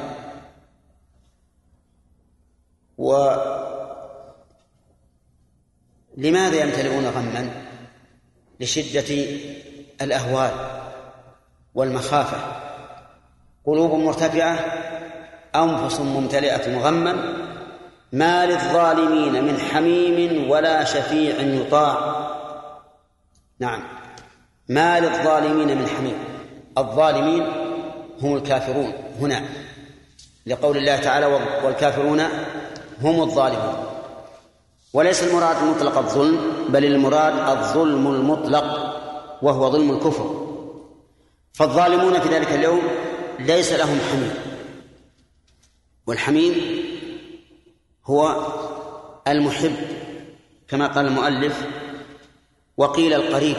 Speaker 1: ولماذا يمتلئون غما؟ لشدة الأهوال والمخافة. قلوب مرتفعة، أنفس ممتلئة غما، ما للظالمين من حميم ولا شفيع يطاع. نعم، ما للظالمين من حميم. الظالمين هم الكافرون هنا، لقول الله تعالى: والكافرون هم الظالمون. وليس المراد مطلق الظلم، بل المراد الظلم المطلق، وهو ظلم الكفر. فالظالمون في ذلك اليوم ليس لهم حميم، والحميم هو المحب كما قال المؤلف، وقيل القريب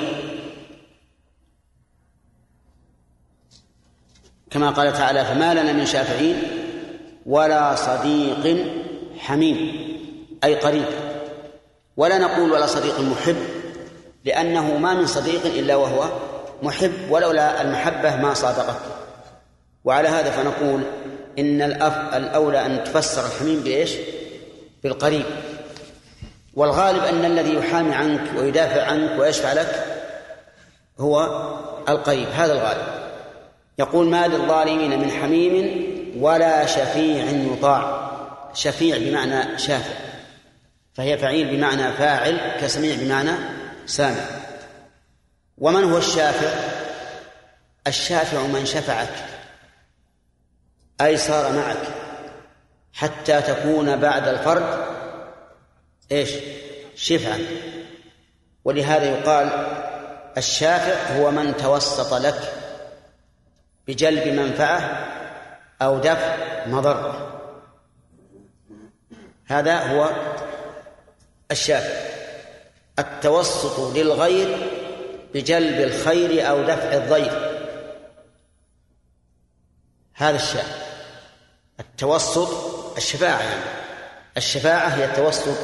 Speaker 1: كما قال تعالى: فما لنا من شافعين ولا صديق حميم، أي قريب. ولا نقول ولا صديق محب، لأنه ما من صديق إلا وهو محب، ولولا المحبة ما صادقته. وعلى هذا فنقول إن الأولى أن تفسر الحميم بإيش؟ بالقريب. والغالب أن الذي يحامي عنك ويدافع عنك ويشفع لك هو القريب، هذا الغالب. يقول: ما للظالمين من حميم ولا شفيع يطاع. شفيع بمعنى شافع، فهي فعيل بمعنى فاعل، كسميع بمعنى سامع. ومن هو الشافع؟ الشافع من شفعك، أي صار معك حتى تكون بعد الفرد إيش؟ شفعا. ولهذا يقال الشافع هو من توسط لك بجلب منفعة أو دفع مضرة، هذا هو الشافع. التوسط للغير بجلب الخير أو دفع الضير، هذا الشافع. التوسط الشفاعة، يعني الشفاعة هي التوسط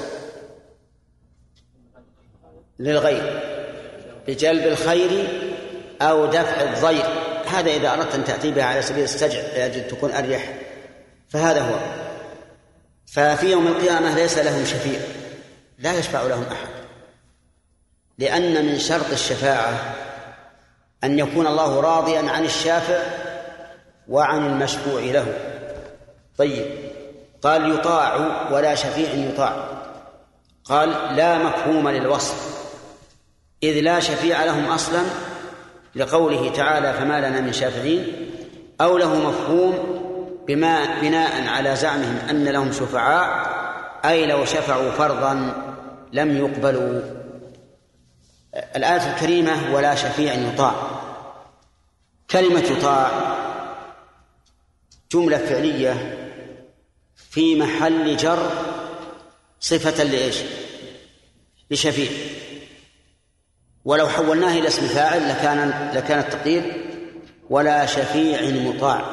Speaker 1: للغير بجلب الخير أو دفع الضير. هذا إذا أردت أن تأتي بها على سبيل السجع لأجل تكون أريح، فهذا هو. ففي يوم القيامة ليس لهم شفيع، لا يشفع لهم أحد، لأن من شرط الشفاعة أن يكون الله راضيا عن الشافع وعن المشفوع له. طيب، قال يطاع ولا شفيع يطاع، قال لا مفهوم للوصف، إذ لا شفيع لهم أصلا، لقوله تعالى: فما لنا من شافعين، أو له مفهوم بناء على زعمهم أن لهم شفعاء، أي لو شفعوا فرضا لم يقبلوا. الآية الكريمة ولا شفيع يطاع، كلمة يطاع جملة فعلية في محل جر صفة لإيش؟ لشفيع. ولو حولناه إلى اسم فاعل لكان التقدير ولا شفيع مطاع.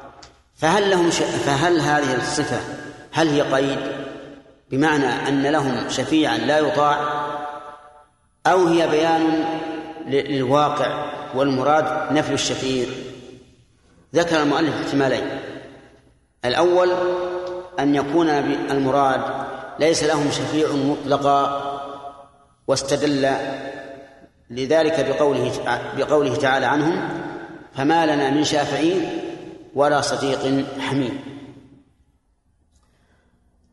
Speaker 1: فهل هذه الصفة هل هي قيد بمعنى أن لهم شفيعا لا يطاع، أو هي بيان للواقع والمراد نفي الشفيع؟ ذكر المؤلف احتمالين: الأول أن يكون المراد ليس لهم شفيع مطلقا، واستدل لذلك بقوله تعالى عنهم: فما لنا من شافعين ولا صديق حميم.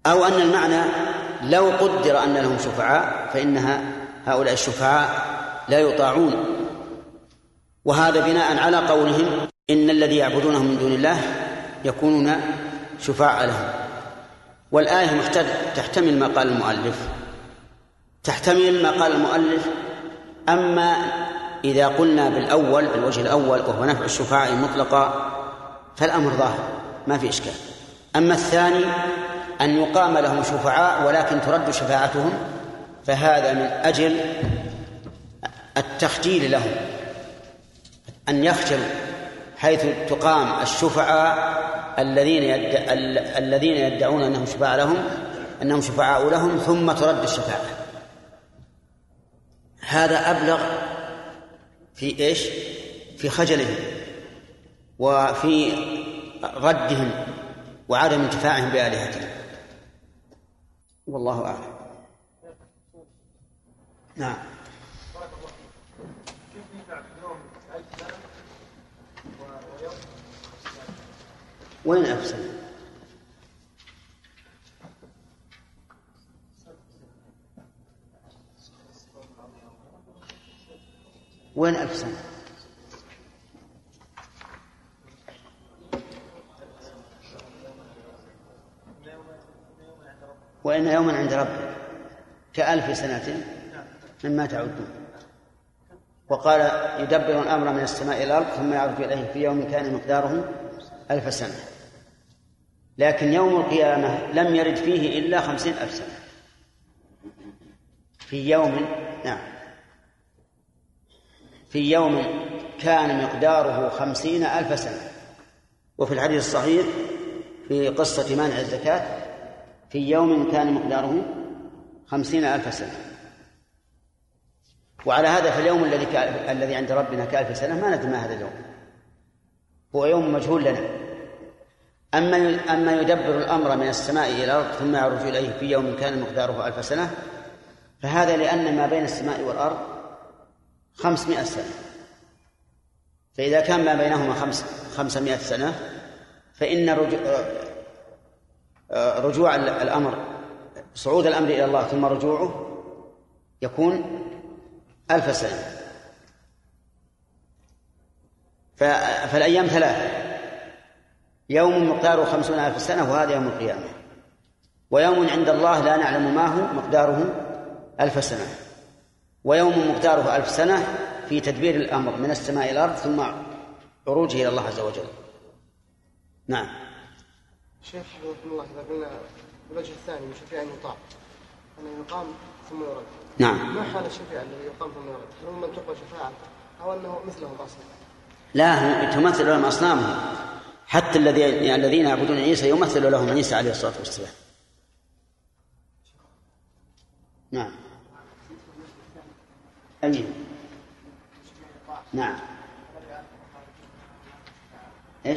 Speaker 1: أو أن المعنى لو قدر أن لهم شفعاء فإن هؤلاء الشفعاء لا يطاعون، وهذا بناء على قولهم إن الذي يعبدونهم من دون الله يكونون شفعاء لهم. والآية تحتمل ما قال المؤلف، تحتمل ما قال المؤلف. أما إذا قلنا بالوجه الأول وهو نفع الشفعاء مطلقا فالأمر ظاهر ما في إشكال. أما الثاني أن يقام لهم شفعاء ولكن ترد شفاعتهم فهذا من أجل التخجيل لهم، أن يخجلوا حيث تقام الشفعاء الذين يدعون أنهم شفعاء لهم ثم ترد الشفاعة. هذا أبلغ في إيش؟ في خجلهم وفي ردهم وعدم انتفاعهم بآلهتهم. والله أعلم. نعم. وين أفسد؟ وين أفسد؟ وإن يوما عند ربك كألف سنة مما تعدون. وقال يدبر الأمر من السماء إلى الأرض ثم يعرج إليه في يوم كان مقداره 1000 سنة. لكن يوم القيامة لم يرد فيه إلا 50,000 سنة في يوم. نعم، في يوم كان مقداره 50,000 سنة. وفي الحديث الصحيح في قصة مانع الزكاة في يوم كان مقداره 50,000 سنة. وعلى هذا فاليوم الذي عند ربنا كألف سنة ما ندري ما هذا اليوم، هو يوم مجهول لنا. أما يدبر الأمر من السماء إلى الأرض ثم يعرج إليه في يوم كان مقداره 1000 سنة، فهذا لأن ما بين السماء والأرض 500 سنة. فإذا كان ما بينهما 500 سنة فإن رجوع الأمر، صعود الأمر إلى الله ثم رجوعه يكون 1000 سنة. فالأيام 3، يوم مقداره 50,000 سنة وهذا يوم القيامة، ويوم عند الله لا نعلم ما هو مقداره 1000 سنة، ويوم مقداره 1000 سنة في تدبير الأمر من السماء إلى الأرض ثم عروجه إلى الله عز وجل. نعم.
Speaker 3: شيخ الله إذا قلنا الوجه الثاني من شفيع يطاع أنه يقام ثم يرد.
Speaker 1: نعم.
Speaker 3: ما حال الشفيع الذي يقام ثم يرد؟ هل هم من تقوى شفاعة أو أنه مثلهم أصلا؟
Speaker 1: لا، تمثل لهم أصنامهم، حتى الذين يعبدون عيسى يمثل لهم عيسى عليه الصلاة والسلام. نعم. أي نعم. إيش؟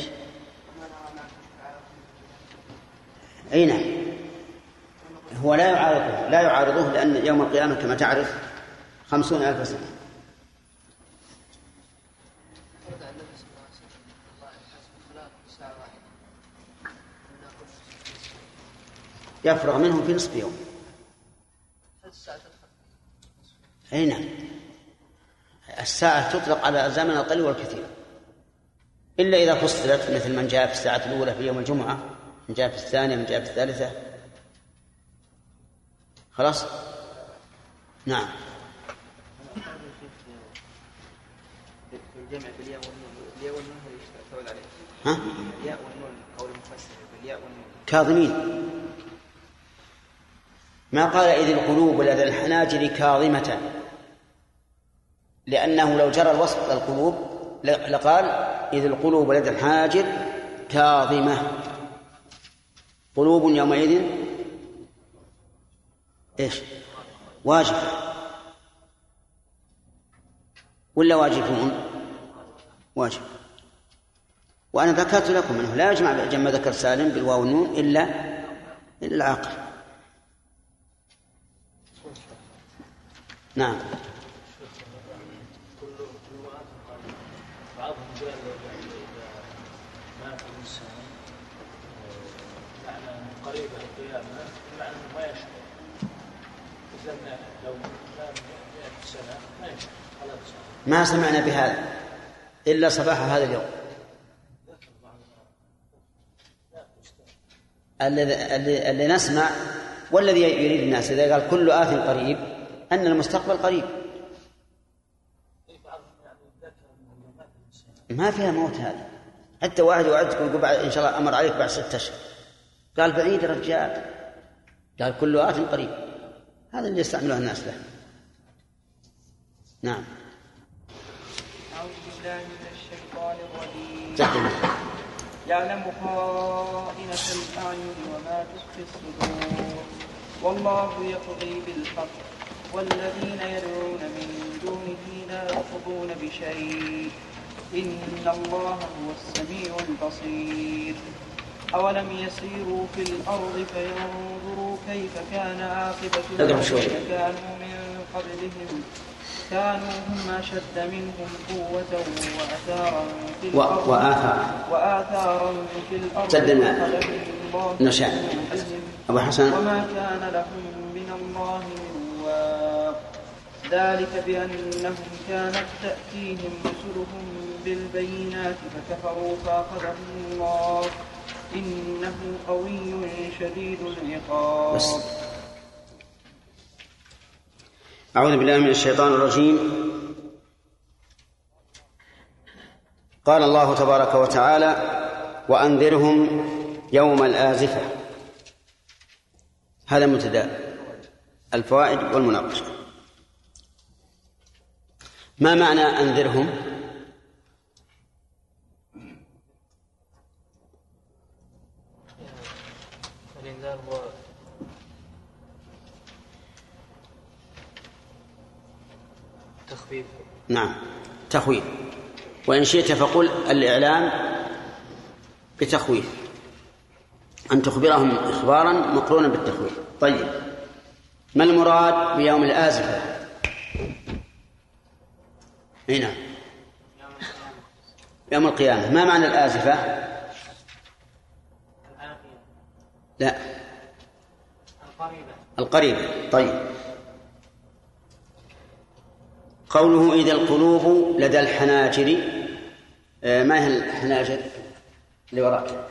Speaker 1: أي نعم. هو لا يعارضه لأن يوم القيامة كما تعرف 50,000 سنة. يفرغ منهم في نصف يوم. أي نعم. الساعة تطلق على الزمن القليل والكثير، إلا إذا فصلت، مثل من جاء في الساعة الأولى في يوم الجمعة، من جاء في الثانية، من جاء في الثالثة. خلاص. نعم.
Speaker 2: الجمع بالياء والنون، الياء والنون يشتغل عليه.
Speaker 1: ها؟
Speaker 2: الياء والنون قول المفسر بالياء والنون.
Speaker 1: كاظمين. ما قال إذ القلوب لدى الحناجر كاظمة، لأنه لو جرى الوصف للقلوب لقال إذ القلوب لدى الحناجر كاظمة. قلوب يومئذ إيش؟ واجفة ولا واجفون؟ واجب. وأنا ذكرت لكم أنه لا يجمع جمع ذكر سالم بالواو والنون إلا العاقل. نعم.
Speaker 5: بعضهم قال ما في الإنسان معنى قريبة القيامة مع أنه ما يشعر. إذن لو كان 100 سنة ما يشعر.
Speaker 1: ما سمعنا بهذا إلا صباح هذا اليوم. الذي نسمع والذي يريد الناس إذا قال كل آت قريب أن المستقبل قريب. ما فيها موت هذا. حتى واحد وعدك ويقول إن شاء الله أمر عليك بعد 6 أشهر قال بعيد الرجال، قال كل آت قريب. هذا اللي يستعمله الناس له. نعم.
Speaker 6: أعوذ بالله من الشيطان الرجيم. يعلم خائنة الأعين وما تخفي الصدور والله يقضي بالحق والذين يدعون من دونه لا يقضون بشيء إن الله هو السميع البصير. أولم يسيروا في الأرض فينظروا كيف كان عاقبة الذين كانوا من قبلهم كانوا هم أشد منهم قوة وآثارا في الأرض
Speaker 1: أبو حسن
Speaker 6: وما كان لهم من الله من واق ذلك بأنهم كانت تأتيهم رسلهم بالبينات فكفروا فأخذهم الله إنه قوي شديد العقاب.
Speaker 1: أعوذ بالله من الشيطان الرجيم. قال الله تبارك وتعالى وأنذرهم يوم الآزفة. هذا مبتدأ. الفوائد والمناقشة. ما معنى أنذرهم؟
Speaker 5: الإنذار هو تخفيف.
Speaker 1: نعم تخويف، وإن شئت فقل الإعلام بتخويف، أن تخبرهم إخبارا مقرونا بالتخويف. طيب ما المراد بيوم الآزفة؟ هنا يوم القيامة. ما معنى الآزفة؟ لا القريبة. طيب قوله إذا القلوب لدى الحناجر، ما هي الحناجر اللي وراك؟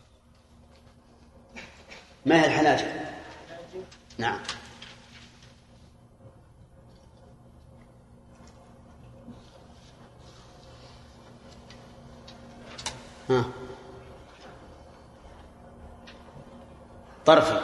Speaker 1: ما هي الحناجر؟ نعم طرفي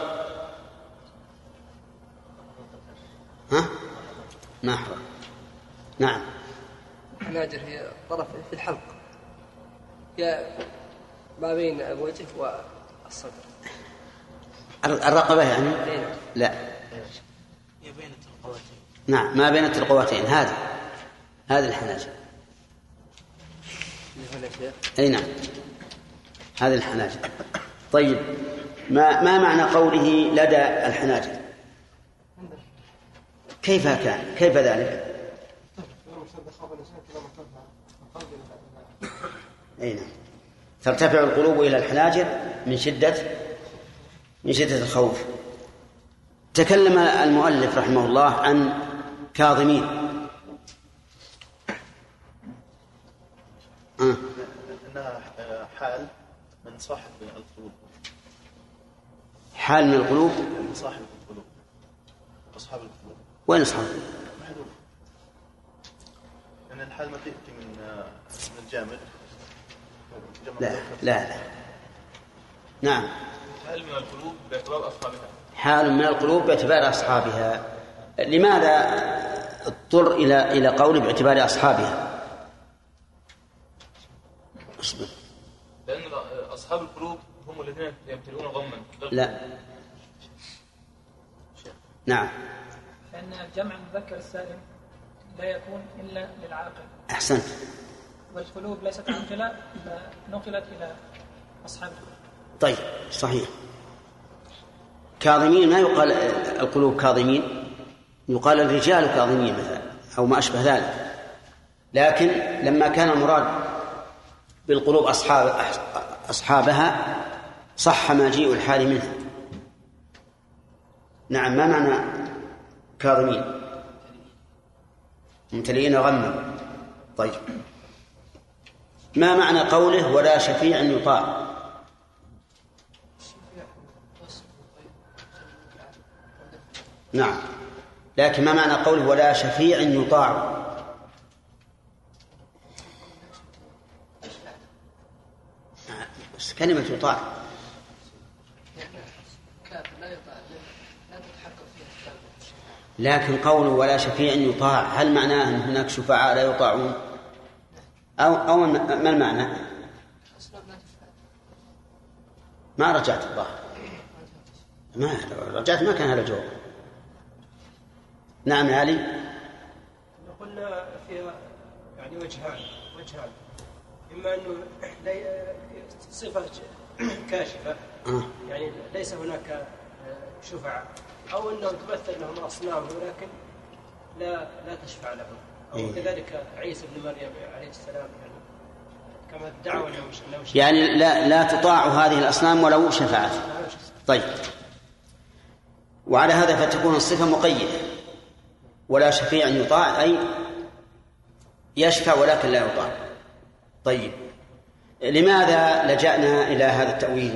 Speaker 1: نحو. نعم
Speaker 3: الحناجر هي طرف في الحلق، هي ما بين الوجه والصدر.
Speaker 1: الرقبة يعني؟ لا
Speaker 5: هي بين التلقوتين.
Speaker 1: نعم ما بين التلقوتين. هذه الحناجر. أي نعم هذه الحناجر. طيب ما معنى قوله لدى الحناجر؟ كيف ذلك؟ أي نعم ترتفع القلوب إلى الحناجر من شدة الخوف. تكلم المؤلف رحمه الله عن كاظمين.
Speaker 2: إنها حال من صاحب القلوب.
Speaker 1: حال من القلوب
Speaker 2: من صاحب القلوب، أصحاب القلوب.
Speaker 1: وين أصحاب؟
Speaker 2: محذوف. إن الحال ما تأتي من الجامد.
Speaker 1: لا. نعم
Speaker 2: حال من القلوب باعتبار أصحابها.
Speaker 1: حال من القلوب باعتبار أصحابها. لماذا اضطر إلى قول باعتبار أصحابها؟
Speaker 2: لأن أصحاب القلوب هم الذين يمتلئون غما.
Speaker 1: لا نعم
Speaker 7: لأن الجمع المذكر السالم لا يكون إلا للعاقل.
Speaker 1: أحسنت.
Speaker 7: والقلوب ليست عاقلة فنقلت إلى أصحاب القلوب.
Speaker 1: طيب صحيح. كاظمين ما يقال القلوب كاظمين، يقال الرجال كاظمين مثلا أو ما أشبه ذلك. لكن لما كان المراد بالقلوب أصحابها صح مجيء الحال منها نعم. ما معنى كاظمين؟ ممتلئين غما. طيب، ما معنى قوله ولا شفيع يطاع؟ نعم، لكن ما معنى قوله ولا شفيع يطاع؟ كلمة يطاع لكن قوله ولا شفيع يطاع هل معناه أن هناك شفعاء لا يطاعون أو ما المعنى؟ ما رجعت الظاهر، ما رجعت، ما كان هذا الجواب. نعم علي.
Speaker 5: قلنا فيها يعني وجهان، إما أنه صفة كاشفة يعني ليس هناك شفعاء، أو أنه تمثل لهم أصنام ولكن لا تشفع لهم، أو كذلك عيسى بن مريم عليه السلام يعني كما ادعوا
Speaker 1: يعني لا تطاع هذه الأصنام ولو شفعت. طيب، وعلى هذا فتكون الصفة مقيدة، ولا شفيع يطاع أي يشفع ولكن لا يطاع. طيب، لماذا لجأنا إلى هذا التأويل؟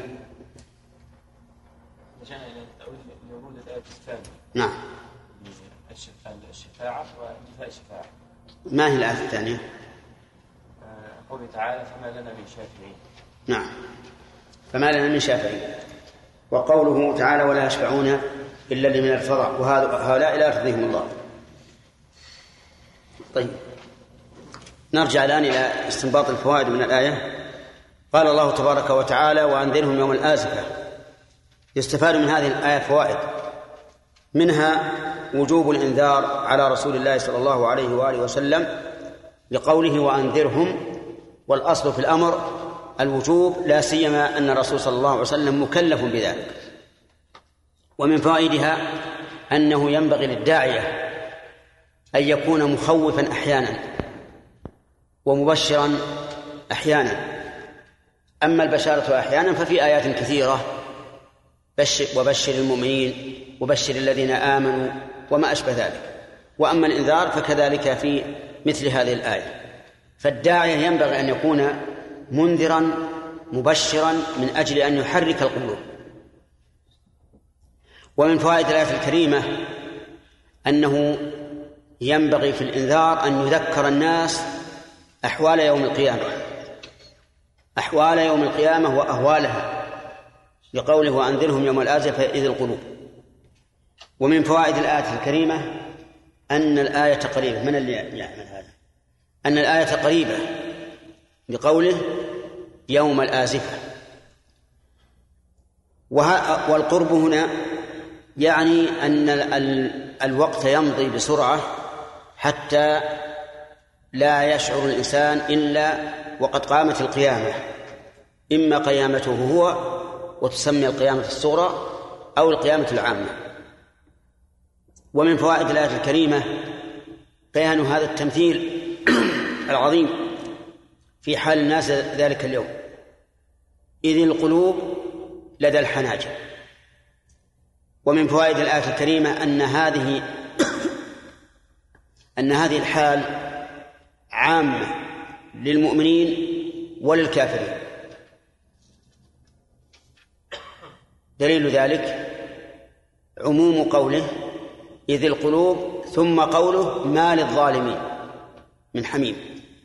Speaker 8: لجأنا إلى التأويل لورود الآية الثانية.
Speaker 1: نعم،
Speaker 8: الشفاعة وانتفاء الشفاعة.
Speaker 1: ما هي الآية الثانية؟
Speaker 8: قوله تعالى فما لنا من شافعين.
Speaker 1: نعم، فما لنا من شافعين. وقوله تعالى ولا يشفعون إلا لمن ارتضى وهؤلاء لا يرضيهم الله. طيب، نرجع الآن إلى استنباط الفوائد من الآية. قال الله تبارك وتعالى وأنذرهم يوم الآزفة. يستفاد من هذه الآية فوائد، منها وجوب الإنذار على رسول الله صلى الله عليه وآله وسلم لقوله وأنذرهم، والأصل في الأمر الوجوب، لا سيما أن الرسول صلى الله عليه وسلم مكلف بذلك. ومن فوائدها أنه ينبغي للداعية أن يكون مخوفا أحيانا ومبشرا أحيانا. أما البشارة أحيانا ففي آيات كثيرة، وبشر المؤمنين وبشر الذين آمنوا وما أشبه ذلك. وأما الإنذار فكذلك في مثل هذه الآية. فالداعية ينبغي أن يكون منذرا مبشرا من أجل أن يحرك القلوب. ومن فوائد الآية الكريمة أنه ينبغي في الإنذار أن يذكر الناس أحوال يوم القيامة وأهوالها، لقوله وأنذرهم يوم الآزفة إذ القلوب. ومن فوائد الآية الكريمة أن الآية قريبة. من اللي يعمل هذا؟ أن الآية قريبة لقوله يوم الآزفة. والقرب هنا يعني أن الوقت يمضي بسرعة حتى لا يشعر الإنسان إلا وقد قامت القيامة، إما قيامته هو وتسمى القيامة الصغرى أو القيامة العامة. ومن فوائد الآية الكريمة بيان هذا التمثيل العظيم في حال الناس ذلك اليوم، إذ القلوب لدى الحناجر. ومن فوائد الآية الكريمة أن هذه الحال عامة للمؤمنين وللكافرين. دليل ذلك عموم قوله إذ القلوب، ثم قوله ما للظالمين من حميم،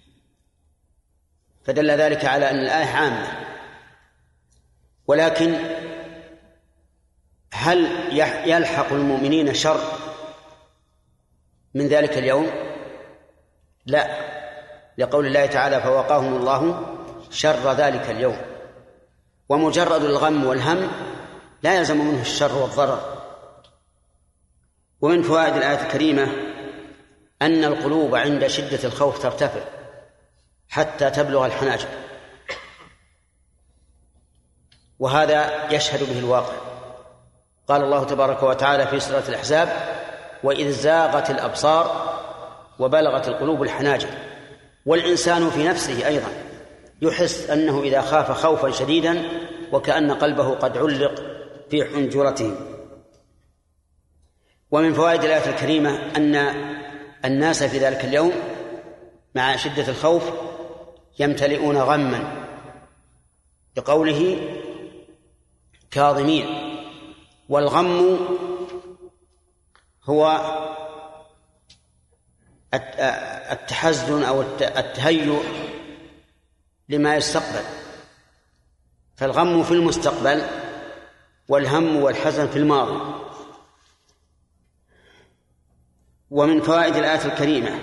Speaker 1: فدل ذلك على أن الآية عامة. ولكن هل يلحق المؤمنين شر من ذلك اليوم؟ لا، لقول الله تعالى فوقاهم الله شر ذلك اليوم. ومجرد الغم والهم لا يلزم منه الشر والضرر. ومن فوائد الآية الكريمة أن القلوب عند شدة الخوف ترتفع حتى تبلغ الحناجر، وهذا يشهد به الواقع. قال الله تبارك وتعالى في سورة الأحزاب وإذ زاغت الأبصار وبلغت القلوب الحناجر. والإنسان في نفسه أيضا يحس أنه إذا خاف خوفا شديدا وكأن قلبه قد علق في حنجرته. ومن فوائد الآية الكريمة أن الناس في ذلك اليوم مع شدة الخوف يمتلئون غما، بقوله كاظمين. والغم هو التحزن أو التهيؤ لما يستقبل، فالغم في المستقبل والهم والحزن في الماضي. ومن فوائد الآية الكريمة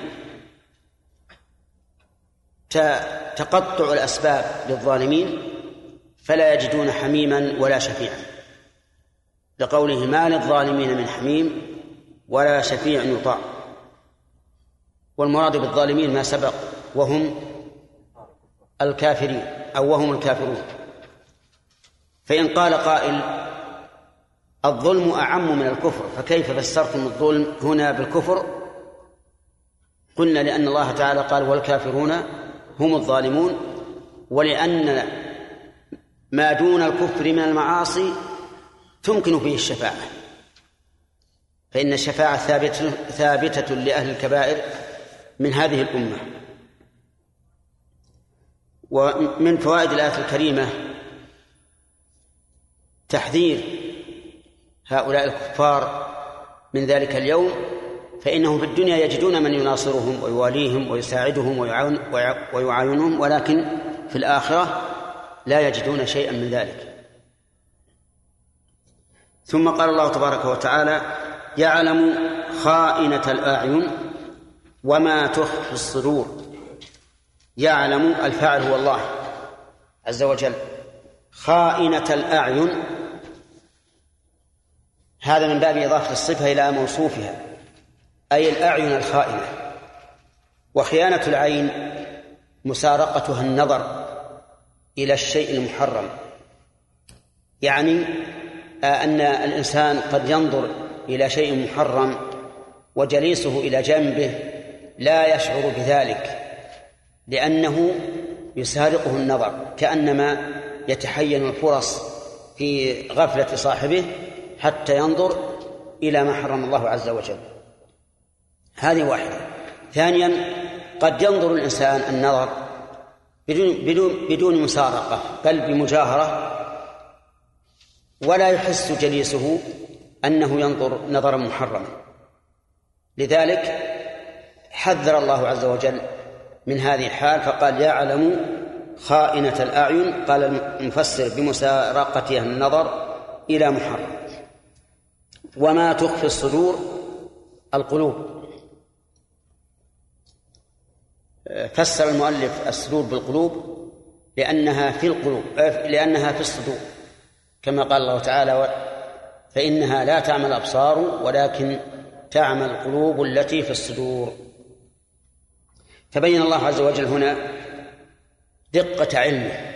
Speaker 1: تقطع الأسباب للظالمين فلا يجدون حميما ولا شفيعا، لقوله ما للظالمين من حميم ولا شفيع يطاع. والمراد بالظالمين ما سبق وهم الكافرين أو وهم الكافرون. فإن قال قائل الظلم أعم من الكفر، فكيف فسرتم الظلم هنا بالكفر؟ قلنا لأن الله تعالى قال والكافرون هم الظالمون، ولأن ما دون الكفر من المعاصي تمكن فيه الشفاعة، فإن الشفاعة ثابتة لأهل الكبائر من هذه الأمة. ومن فوائد الآية الكريمة تحذير هؤلاء الكفار من ذلك اليوم، فإنهم في الدنيا يجدون من يناصرهم ويواليهم ويساعدهم ويعاونهم، ولكن في الآخرة لا يجدون شيئا من ذلك. ثم قال الله تبارك وتعالى يعلم خائنة الأعين وما تخفي الصدور. يعلم الفاعل هو الله عز وجل، خائنة الأعين هذا من باب إضافة الصفة إلى موصوفها، أي الأعين الخائنة. وخيانة العين مسارقتها النظر إلى الشيء المحرم، يعني أن الإنسان قد ينظر إلى شيء محرم وجليسه إلى جنبه لا يشعر بذلك لأنه يسارقه النظر، كأنما يتحين الفرص في غفلة صاحبه حتى ينظر إلى ما حرم الله عز وجل. هذه واحدة. ثانيا قد ينظر الإنسان النظر بدون مسارقة بل بمجاهرة، ولا يحس جليسه أنه ينظر نظرا محرما. لذلك حذر الله عز وجل من هذه الحال فقال يعلم خائنة الأعين، قال المفسر بمسارقتها النظر إلى محرم. وما تخفي الصدور القلوب. فسر المؤلف الصدور بالقلوب لأنها في القلوب، لأنها في الصدور، كما قال الله تعالى فإنها لا تعمى الأبصار ولكن تعمى القلوب التي في الصدور. فبين الله عز وجل هنا دقة علمه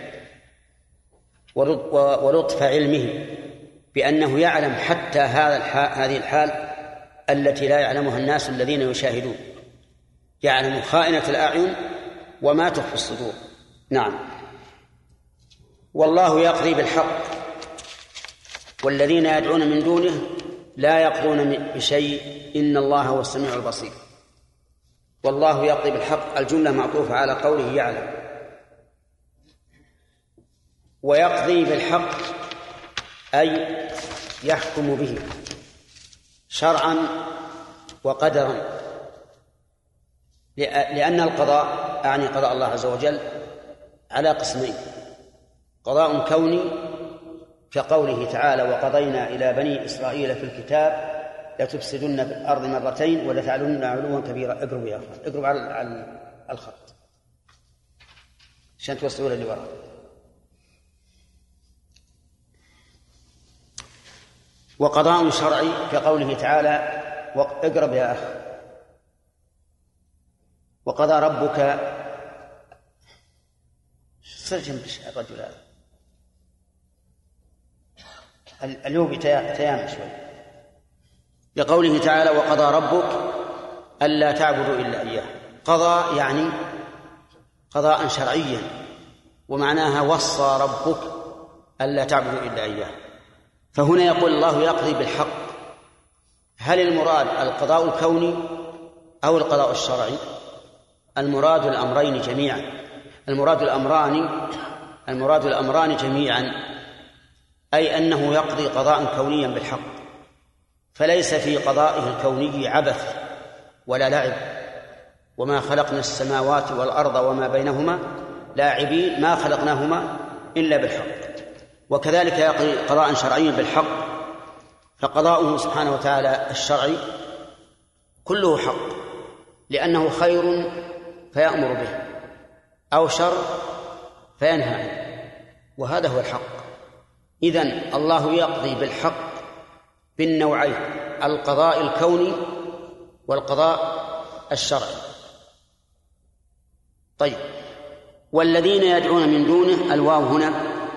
Speaker 1: ولطف علمه بأنه يعلم حتى هذه الحال التي لا يعلمها الناس الذين يشاهدون. يعلم خائنة الأعين وما تخفي الصدور. نعم. والله يقضي بالحق والذين يدعون من دونه لا يقضون بشيء إن الله هو السميع البصير. والله يقضي بالحق الجملة معطوفة على قوله يعلم. ويقضي بالحق أي يحكم به شرعا وقدرا، لأن القضاء أعني قضاء الله عز وجل على قسمين: قضاء كوني كقوله تعالى وقضينا إلى بني إسرائيل في الكتاب لتفسدن في الأرض مرتين ولتعلن علوا كبيرا. اقربوا على الخط عشان توصلوا اللي وراء. وقضاء شرعي كقوله تعالى اقرب يا أخ وقضى ربك سجن الرجل هذا اليوم تيام شوي. لقوله تعالى وقضى ربك ألا تعبدوا إلا إياه. قضى يعني قضاء شرعيا، ومعناها وصى ربك ألا تعبدوا إلا إياه. فهنا يقول الله يقضي بالحق، هل المراد القضاء الكوني أو القضاء الشرعي؟ المراد الأمرين جميعا. المراد الأمران جميعا، أي أنه يقضي قضاء كونيا بالحق، فليس في قضائه الكوني عبث ولا لعب، وما خلقنا السماوات والأرض وما بينهما لاعبين، ما خلقناهما إلا بالحق. وكذلك يقضي قضاء شرعيا بالحق، فقضاؤه سبحانه وتعالى الشرعي كله حق، لأنه خير فيأمر به أو شر فينهى عنه، وهذا هو الحق. إذن الله يقضي بالحق بالنوعين، القضاء الكوني والقضاء الشرعي. طيب، والذين يدعون من دونه، الواو هنا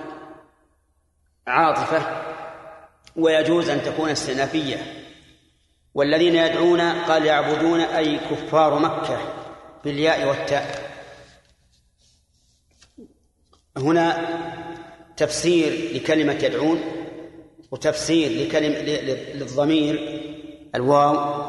Speaker 1: عاطفة ويجوز أن تكون استئنافية. والذين يدعون قال يعبدون أي كفار مكة بالياء والتاء. هنا تفسير لكلمة يدعون وتفسير للضمير الواو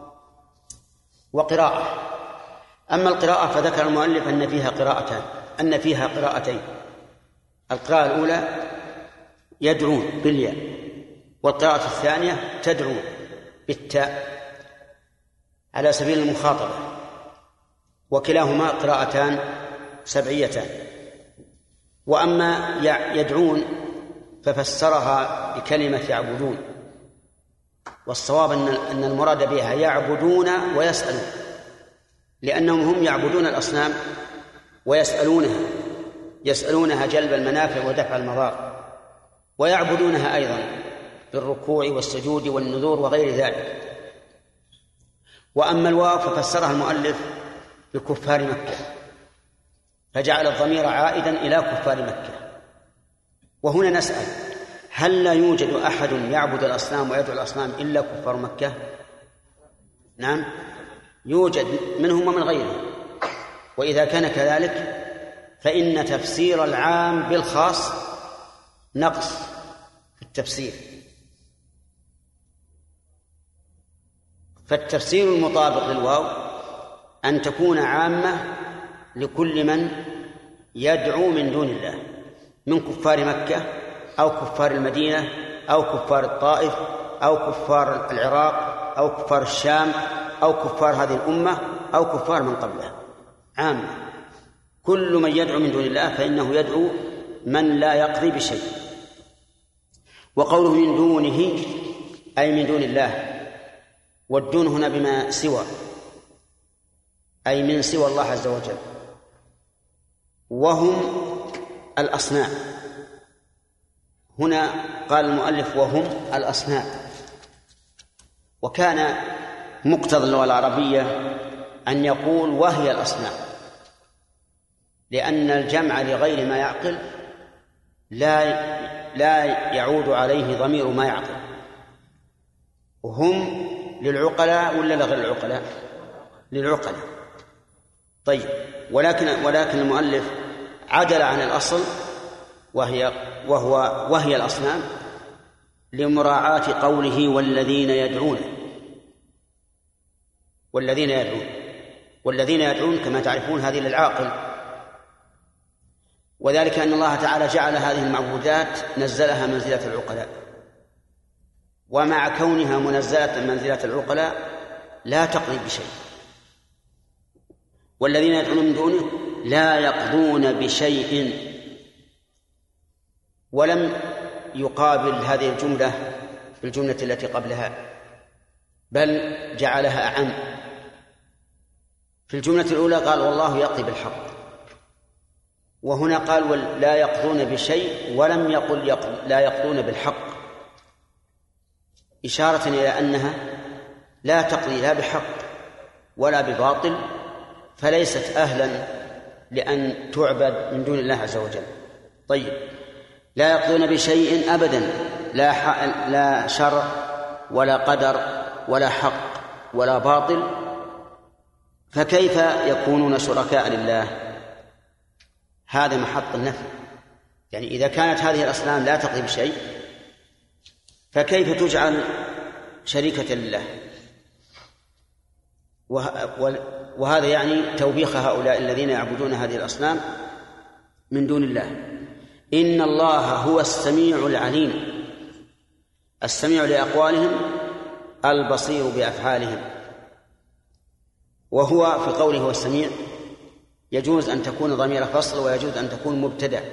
Speaker 1: وقراءة. أما القراءة فذكر المؤلف أن فيها قراءتين. القراءة الأولى يدعون بالياء، والقراءة الثانية تدعون بالتاء على سبيل المخاطبة، وكلاهما قراءتان سبعيتان. وأما يدعون ففسرها بكلمة يعبدون، والصواب أن المراد بها يعبدون ويسألون، لأنهم هم يعبدون الأصنام ويسألونها جلب المنافع ودفع المضار، ويعبدونها أيضا بالركوع والسجود والنذور وغير ذلك. وأما الواو ففسرها المؤلف بكفار مكة، فجعل الضمير عائدا إلى كفار مكة. وهنا نسأل: هل لا يوجد أحد يعبد الأصنام ويدعو الأصنام إلا كفار مكة؟ نعم، يوجد منهم ومن غيرهم. وإذا كان كذلك فإن تفسير العام بالخاص نقص في التفسير، فالتفسير المطابق للواو أن تكون عامة لكل من يدعو من دون الله من كفار مكة أو كفار المدينة أو كفار الطائف أو كفار العراق أو كفار الشام أو كفار هذه الأمة أو كفار من قبلها، عامة. كل من يدعو من دون الله فإنه يدعو من لا يقضي بشيء. وقوله من دونه أي من دون الله، والدون هنا بما سوى، أي من سوى الله عز وجل، وهم الأصنام. هنا قال المؤلف وهم الأصنام، وكان مقتضى اللغة العربية أن يقول وهي الأصنام، لأن الجمع لغير ما يعقل لا يعود عليه ضمير ما يعقل. وهم للعقلاء ولا لغير العقلاء؟ للعقلاء. طيب، ولكن المؤلف عدل عن الأصل وهي الأصنام لمراعاة قوله والذين يدعون. والذين يدعون كما تعرفون هذه للعاقل، وذلك أن الله تعالى جعل هذه المعبودات نزلها منزلة العقلاء، ومع كونها منزلة منزلة العقلاء لا تقضي بشيء. والذين يدعون من دونه لا يقضون بشيء، ولم يقابل هذه الجملة بالجملة التي قبلها، بل جعلها أعم. في الجملة الأولى قال والله يقضي بالحق، وهنا قال لا يقضون بشيء، ولم يقل لا يقضون بالحق، إشارة إلى أنها لا تقضي لا بحق ولا بباطل، فليست أهلا لأن تعبد من دون الله عز وجل. طيب، لا يقضون بشيء أبدا، لا شرع ولا قدر ولا حق ولا باطل، فكيف يكونون شركاء لله؟ هذا محط النفي. يعني إذا كانت هذه الأصنام لا تقضي بشيء، فكيف تجعل شريكة لله. وهذا يعني توبيخ هؤلاء الذين يعبدون هذه الأصنام من دون الله. إن الله هو السميع العليم، السميع لأقوالهم البصير بأفعالهم. وهو في قوله هو السميع يجوز أن تكون ضمير فصل ويجوز أن تكون مبتدأ،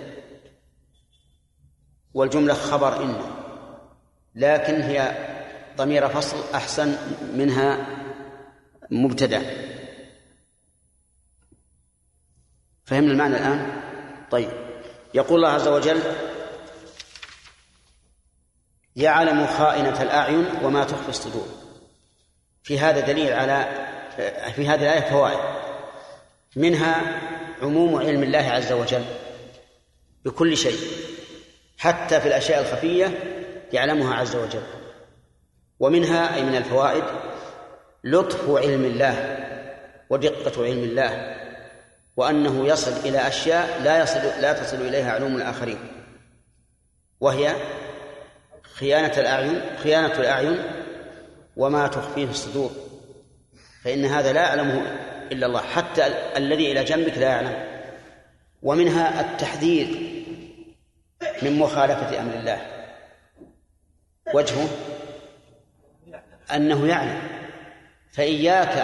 Speaker 1: والجملة خبر إن، لكن هي ضمير فصل أحسن منها مبتدأ. فهمنا المعنى الآن؟ طيب. يقول الله عز وجل يعلم خائنة الأعين وما تخفي الصدور. في هذا دليل على في هذه الآية فوائد، منها عموم علم الله عز وجل بكل شيء، حتى في الأشياء الخفية يعلمها عز وجل. ومنها أي من الفوائد لطف علم الله ودقة علم الله، وأنه يصل إلى أشياء لا تصل إليها علوم الآخرين، وهي خيانة الأعين وما تخفيه الصدور، فإن هذا لا يعلمه إلا الله، حتى الذي إلى جنبك لا يعلم. ومنها التحذير من مخالفة أمر الله، وجهه أنه يعلم، فإياك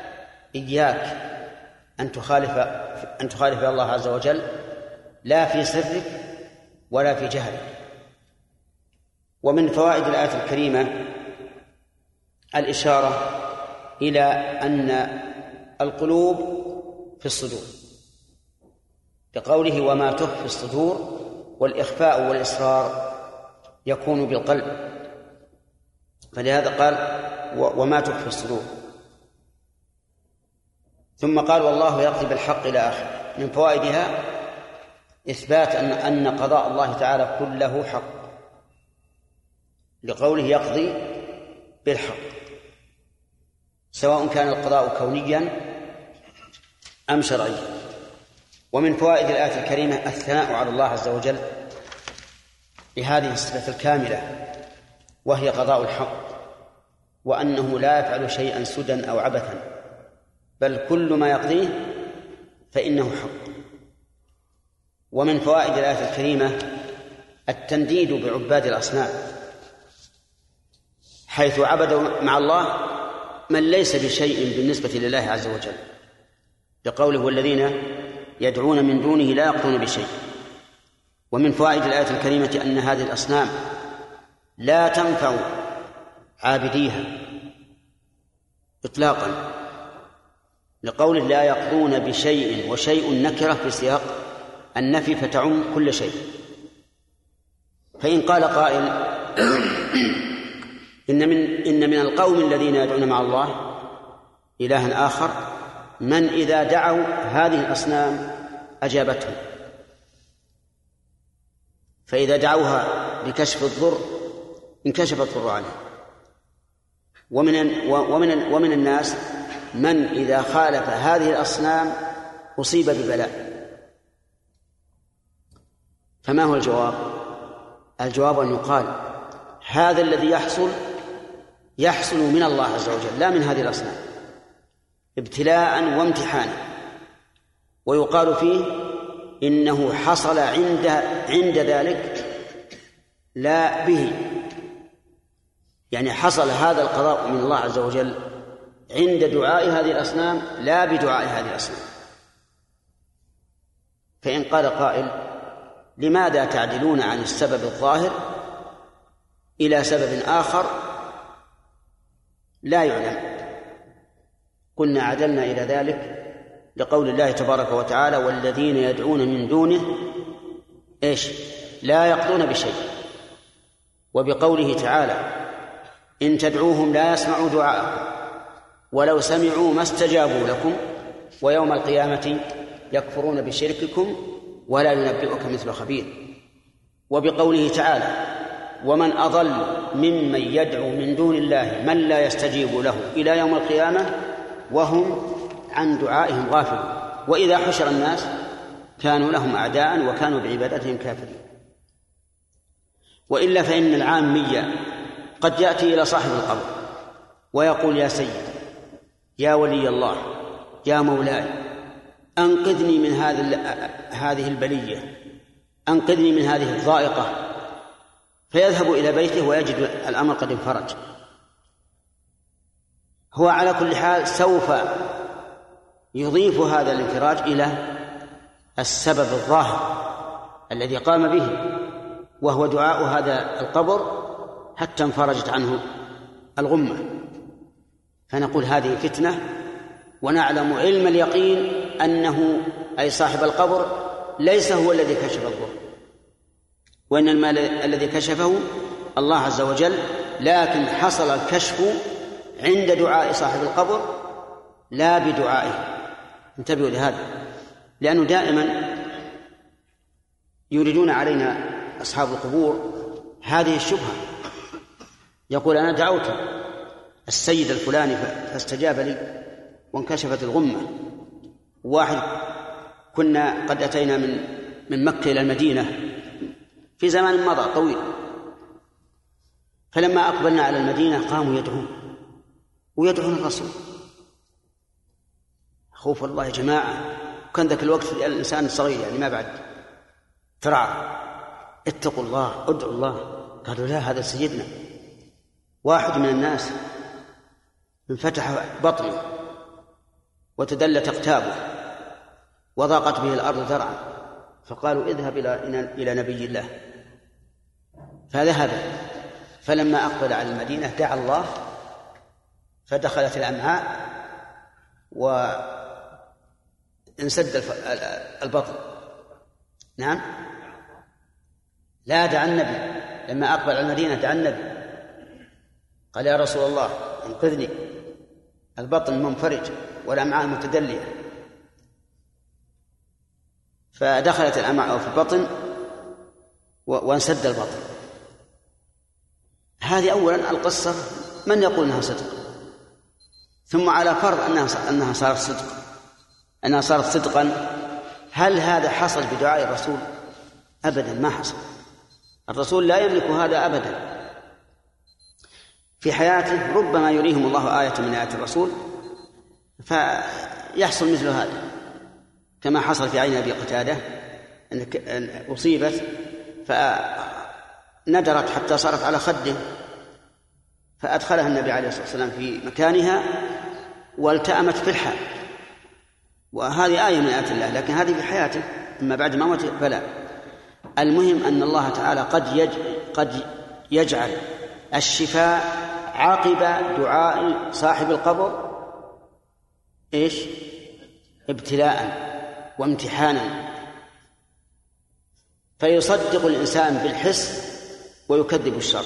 Speaker 1: أن تخالف الله عز وجل، لا في سرك ولا في جهلك. ومن فوائد الآية الكريمة الإشارة إلى أن القلوب في الصدور، بقوله وما تخفي الصدور، والإخفاء والإصرار يكون بالقلب، فلهذا قال وما تخفي الصدور. ثم قال والله يقضي بالحق إلى آخر. من فوائدها إثبات أن قضاء الله تعالى كله حق، لقوله يقضي بالحق، سواء كان القضاء كونيا أم شرعيا. ومن فوائد الآية الكريمة الثناء على الله عز وجل بهذه الصفة الكاملة، وهي قضاء الحق، وأنه لا يفعل شيئا سدى أو عبثا، بل كل ما يقضيه فإنه حق. ومن فوائد الآية الكريمة التنديد بعباد الأصنام، حيث عبدوا مع الله من ليس بشيء بالنسبة لله عز وجل، بقوله والذين يدعون من دونه لا يقضون بشيء. ومن فوائد الآية الكريمة أن هذه الأصنام لا تنفع عابديها إطلاقا، لقول لا يقضون بشيء، وشيء نكرة في سياق النفي فتعم كل شيء. فإن قال قائل إن من القوم الذين يدعون مع الله إلها آخر من إذا دعوا هذه الأصنام أجابتهم، فإذا دعوها بكشف الضر انكشف الضر عنه. ومن الناس من إذا خالف هذه الأصنام أصيب ببلاء. فما هو الجواب؟ الجواب أن يقال هذا الذي يحصل من الله عز وجل، لا من هذه الأصنام، ابتلاء وامتحانا، ويقال فيه إنه حصل عند ذلك لا به، يعني حصل هذا القضاء من الله عز وجل عند دعاء هذه الأصنام لا بدعاء هذه الأصنام. فإن قال قائل لماذا تعدلون عن السبب الظاهر إلى سبب آخر لا يعلم؟ قلنا عدلنا إلى ذلك لقول الله تبارك وتعالى والذين يدعون من دونه لا يقضون بشيء، وبقوله تعالى إن تدعوهم لا يسمعوا دعاءكم ولو سمعوا ما استجابوا لكم ويوم القيامة يكفرون بشرككم ولا ينبئك مثل خبير. وبقوله تعالى ومن أضل ممن يدعو من دون الله من لا يستجيب له إلى يوم القيامة وهم عن دعائهم غافلون وإذا حشر الناس كانوا لهم أعداء وكانوا بعبادتهم كافرين. وإلا فإن العامية قد يأتي إلى صاحب القبر ويقول: يا سيدي، يا ولي الله، يا مولاي، أنقذني من هذه البلية، أنقذني من هذه الضائقة. فيذهب إلى بيته ويجد الأمر قد انفرج. هو على كل حال سوف يضيف هذا الانفراج إلى السبب الظاهر الذي قام به، وهو دعاء هذا القبر حتى انفرجت عنه الغمة. فنقول هذه فتنة، ونعلم علم اليقين أنه أي صاحب القبر ليس هو الذي كشف الضر، وإن المال الذي كشفه الله عز وجل، لكن حصل الكشف عند دعاء صاحب القبر لا بدعائه. انتبهوا لهذا، لأنه دائما يريدون علينا أصحاب القبور هذه الشبهة. يقول: أنا دعوت السيد الفلاني فاستجاب لي وانكشفت الغمة. واحد كنا قد أتينا من مكة إلى المدينة في زمان مضى طويل، فلما أقبلنا على المدينة قاموا يدعون الرسول. خوف الله يا جماعة، وكان ذاك الوقت الإنسان صغير يعني ما بعد ترعى، اتقوا الله، ادعوا الله. قالوا: لا، هذا سيدنا. واحد من الناس انفتح بطنه وتدلت أقتابه وضاقت به الأرض ذرعا، فقالوا: اذهب إلى نبي الله. فذهب، فلما أقبل على المدينة دعا الله فدخلت الأمعاء وانسد البطن. نعم، لا، دعا النبي. لما أقبل على المدينة دعا النبي، قال: يا رسول الله انقذني، البطن منفرج والأمعاء متدلية. فدخلت الأمعاء في البطن وانسد البطن. هذه أولا القصة من يقول أنها صدق، ثم على فرض أنها صارت صدقا، هل هذا حصل بدعاء الرسول؟ أبدا ما حصل. الرسول لا يملك هذا أبدا. في حياته ربما يريهم الله آية من آيات الرسول فيحصل مثل هذا، كما حصل في عين أبي قتادة أن أصيبت فندرت حتى صارت على خده، فأدخلها النبي عليه الصلاة والسلام في مكانها والتأمت في الحال. وهذه آية من آيات الله، لكن هذه في حياته، أما بعد ما موته فلا. المهم أن الله تعالى قد يجعل الشفاء عقب دعاء صاحب القبر إيش؟ ابتلاء وامتحانا، فيصدق الإنسان بالحس ويكذب الشر.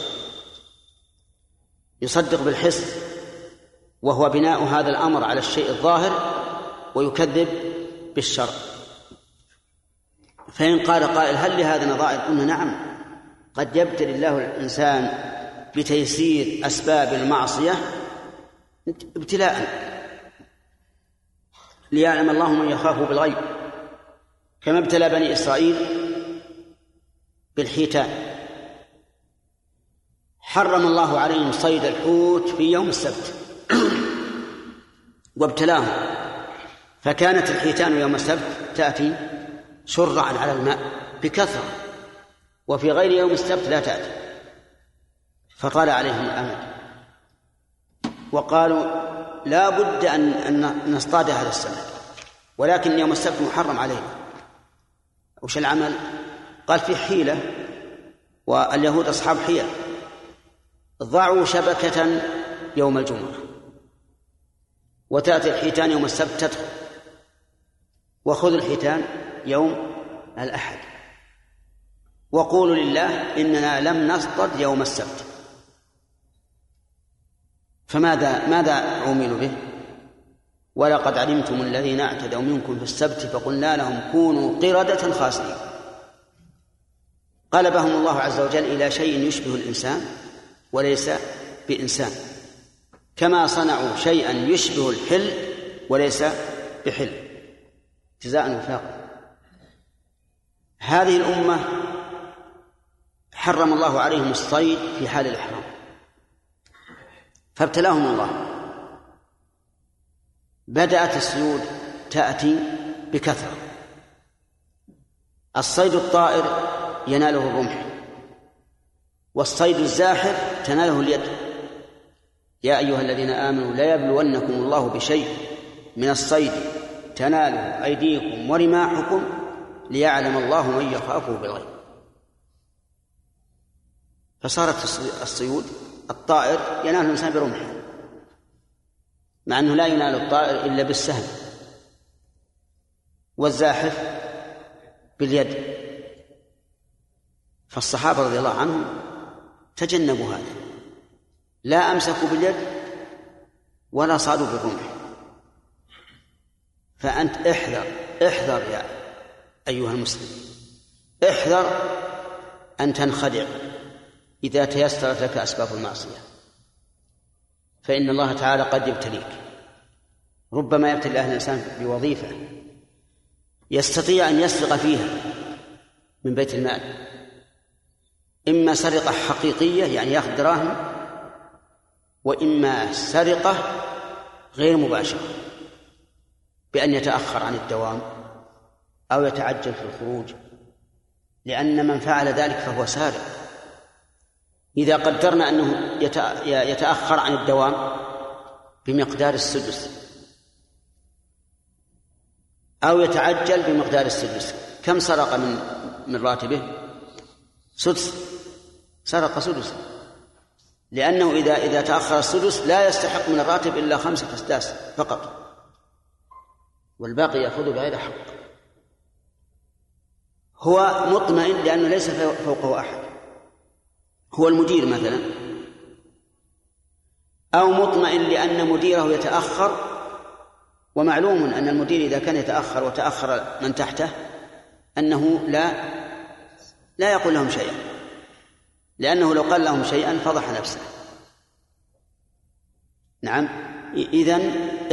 Speaker 1: يصدق بالحس وهو بناء هذا الأمر على الشيء الظاهر، ويكذب بالشر. فإن قال قائل: هل لهذا نظائر؟ قلنا: نعم، قد يبتلي الله الإنسان بتيسير أسباب المعصية ابتلاء ليعلم الله من يخافه بالغيب، كما ابتلى بني إسرائيل بالحيتان. حرم الله عليهم صيد الحوت في يوم السبت وابتلاهم، فكانت الحيتان يوم السبت تأتي شرعا على الماء بكثرة، وفي غير يوم السبت لا تأتي، فطال عليهم الأمد وقالوا: لا بد أن نصطاد هذا السمك، ولكن يوم السبت محرم علينا. وش العمل؟ قال: في حيلة، واليهود أصحاب حيل. ضعوا شبكة يوم الجمعة وتأتي الحيتان يوم السبت تدخل، وخذوا الحيتان يوم الأحد وقولوا لله إننا لم نصطد يوم السبت. ماذا عملوا به؟ ولقد علمتم الذين اعتدوا منكم في السبت فقلنا لهم كونوا قردة خاسئين. قلبهم الله عز وجل إلى شيء يشبه الإنسان وليس بإنسان، كما صنعوا شيئا يشبه الحل وليس بحل، جزاء وفاقا. هذه الأمة حرم الله عليهم الصيد في حال الإحرام، فابتلاهم الله. بدأت الصيود تأتي بكثرة. الصيد الطائر يناله الرمح، والصيد الزاحف تناله اليد. يا أيها الذين آمنوا لا يبلونكم الله بشيء من الصيد تناله أيديكم ورماحكم ليعلم الله من يخافه بالغيب. فصارت الصيود الطائر ينال الإنسان برمحه، مع أنه لا ينال الطائر إلا بالسهم، والزاحف باليد. فالصحابة رضي الله عنهم تجنبوا هذا، لا أمسكوا باليد ولا صادوا بالرمح. فأنت احذر يا أيها المسلم، احذر أن تنخدع إذا تيسرت لك أسباب المعصية، فإن الله تعالى قد يبتليك. ربما يبتلي أهل الإنسان بوظيفة يستطيع أن يسرق فيها من بيت المال، إما سرقة حقيقية يعني يأخذ دراهم، وإما سرقة غير مباشرة بأن يتأخر عن الدوام أو يتعجل في الخروج، لأن من فعل ذلك فهو سارق. إذا قدرنا أنه يتأخر عن الدوام بمقدار السدس أو يتعجل بمقدار السدس، كم سرق من راتبه؟ سدس، سرق سدس، لأنه إذا تأخر السدس لا يستحق من الراتب إلا 5 أسداس فقط، والباقي يأخذ بغير حق. هو مطمئن لأنه ليس فوقه أحد، هو المدير مثلا، أو مطمئن لأن مديره يتأخر، ومعلوم أن المدير إذا كان يتأخر وتأخر من تحته أنه لا يقول لهم شيئا، لأنه لو قال لهم شيئا فضح نفسه. نعم، إذن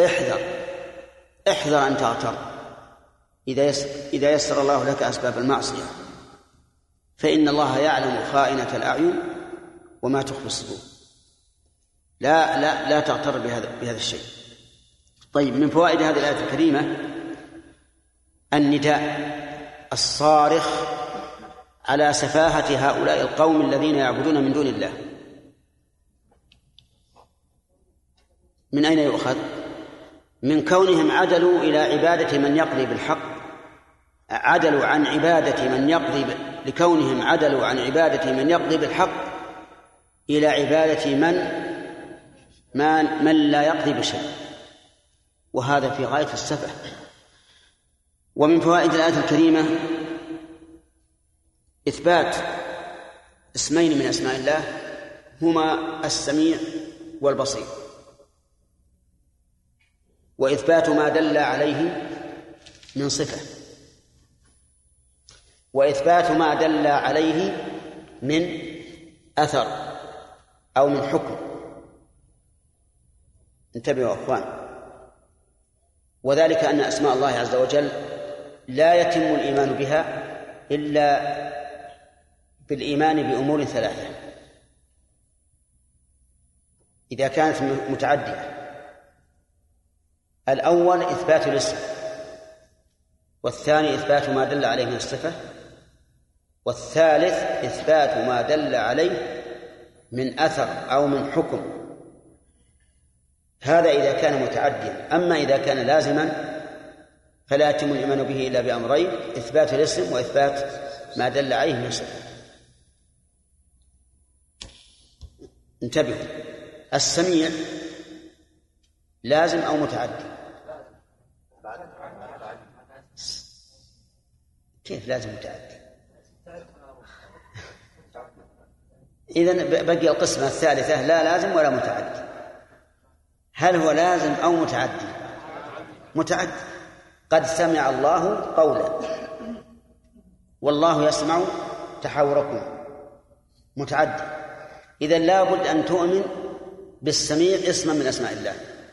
Speaker 1: احذر أن تغتر إذا يسر الله لك أسباب المعصية، فإن الله يعلم خائنة الأعين وما تخفي الصدور. لا تغتر بهذا الشيء. طيب، من فوائد هذه الآية الكريمة النداء الصارخ على سفاهة هؤلاء القوم الذين يعبدون من دون الله. من أين يؤخذ؟ من كونهم عدلوا إلى عبادة من يقضي بالحق، عدلوا عن عبادة من يقضي لكونهم عدلوا عن عبادة من يقضي بالحق إلى عبادة من لا يقضي بشيء، وهذا في غاية السفه. ومن فوائد الآية الكريمة إثبات اسمين من أسماء الله هما السميع والبصير، وإثبات ما دل عليه من صفة، وإثبات ما دل عليه من أثر أو من حكم. انتبهوا أخوان، وذلك أن أسماء الله عز وجل لا يتم الإيمان بها إلا بالإيمان بأمور 3. إذا كانت متعددة: الأول إثبات الاسم، والثاني إثبات ما دل عليه من الصفة، والثالث إثبات ما دل عليه من أثر أو من حكم. هذا إذا كان متعديا. أما إذا كان لازما فلا يتم الإيمان به إلا بأمرين: إثبات الاسم وإثبات ما دل عليه من الصفة. انتبهوا، السميع لازم أو متعدي؟ كيف لازم متعدي؟ إذن بقي القسمة الثالثة: لا لازم ولا متعدي. هل هو لازم أو متعدي؟ متعدي. قد سمع الله قولا والله يسمع تحاوركم. متعدي. إذن لا بد أن تؤمن بالسميع اسما من أسماء الله.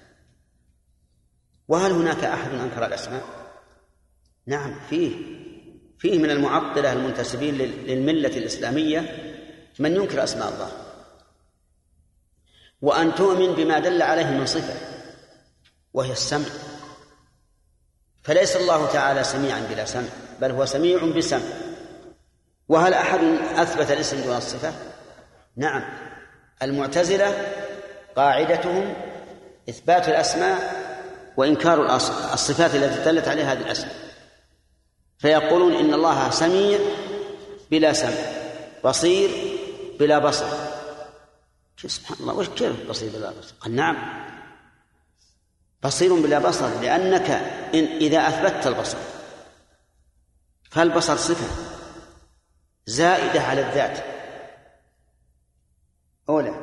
Speaker 1: وهل هناك أحد أنكر الأسماء؟ نعم، فيه من المعطلة المنتسبين للملة الإسلامية من ينكر أسماء الله. وأن تؤمن بما دل عليه من صفة وهي السمع، فليس الله تعالى سميعا بلا سمع، بل هو سميع بسمع. وهل أحد أثبت الاسم دون الصفة؟ نعم، المعتزلة قاعدتهم إثبات الأسماء وإنكار الصفات التي دلت عليها هذه الأسماء، فيقولون إن الله سميع بلا سمع، بصير بلا بصر. سبحان الله، وش كيف بصير بلا بصر؟ قال نعم، بصير بلا بصر، لأنك إذا أثبتت البصر فالبصر صفة زائدة على الذات أولا.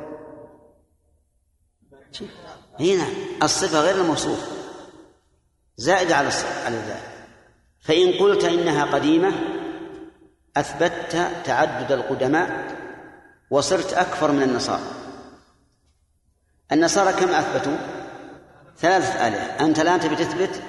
Speaker 1: هنا الصفة غير الموصوف زائدة على الذات. فإن قلت إنها قديمة أثبتت تعدد القدماء وصرت أكثر من النصارى. النصارى كم أثبتوا؟ 3 آلاف. أنت الآن تبي تثبت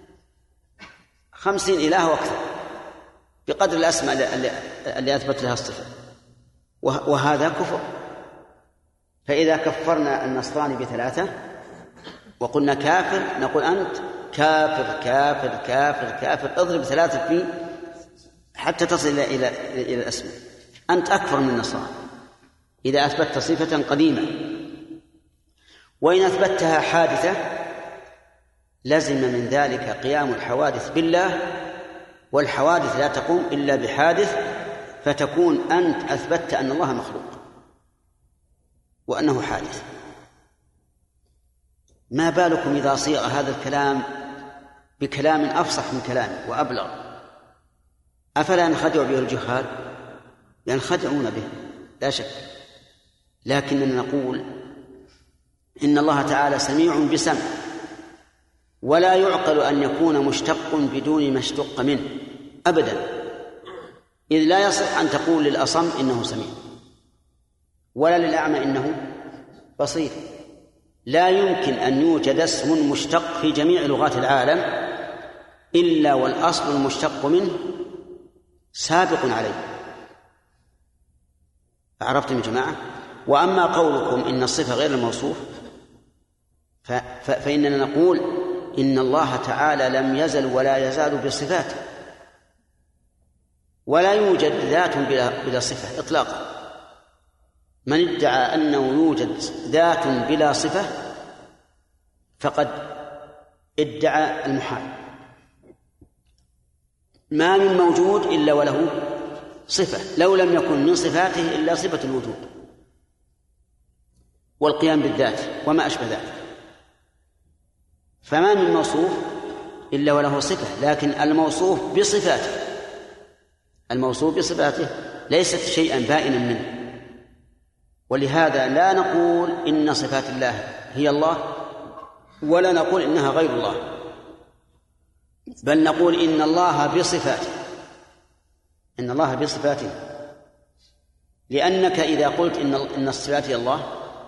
Speaker 1: 50 إله وأكثر بقدر الأسماء اللي أثبت لها الصفة، وهذا كفر. فإذا كفرنا النصراني ب3 وقلنا كافر، نقول أنت كافر كافر كافر كافر، اضرب 3 فيه حتى تصل إلى الأسماء، أنت أكثر من النصارى إذا أثبتت صفة قديمة. وإن أثبتها حادثة لزم من ذلك قيام الحوادث بالله، والحوادث لا تقوم إلا بحادث، فتكون أنت أثبتت أن الله مخلوق وأنه حادث. ما بالكم إذا صيغ هذا الكلام بكلام أفصح من كلامه وأبلغ؟ أفلا ينخدع به الجهال؟ ينخدعون به لا شك، لكننا نقول إن الله تعالى سميع بسمع، ولا يعقل أن يكون مشتق بدون ما اشتق منه أبدا، إذ لا يصح أن تقول للأصم إنه سميع ولا للأعمى إنه بصير. لا يمكن أن يوجد اسم مشتق في جميع لغات العالم إلا والأصل المشتق منه سابق عليه. عرفتم يا جماعة؟ وأما قولكم إن الصفة غير الموصوف فإننا نقول إن الله تعالى لم يزل ولا يزال بصفاته، ولا يوجد ذات بلا صفة إطلاقا. من ادعى أنه يوجد ذات بلا صفة فقد ادعى المحال. ما من موجود إلا وله صفة، لو لم يكن من صفاته إلا صفة الوجود والقيام بالذات وما أشبه ذلك. فما من موصوف إلا وله صفة، لكن الموصوف بصفاته، الموصوف بصفاته ليست شيئا بائنا منه. ولهذا لا نقول إن صفات الله هي الله، ولا نقول إنها غير الله، بل نقول إن الله بصفاته، إن الله بصفاته. لأنك إذا قلت إن الصفات هي الله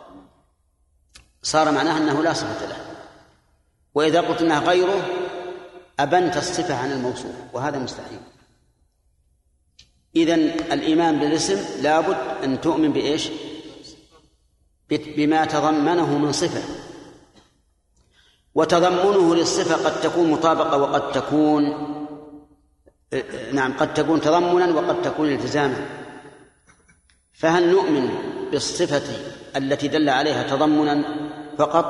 Speaker 1: صار معناها أنه لا صفة له، وإذا قلت إنها غيره أبنت الصفة عن الموصوف، وهذا مستحيل. إذن الإيمان بالاسم لابد أن تؤمن بإيش؟ بما تضمنه من صفة، وتضمنه للصفة قد تكون مطابقة وقد تكون قد تكون تضمنا وقد تكون التزاما. فهل نؤمن بالصفة التي دل عليها تضمنا فقط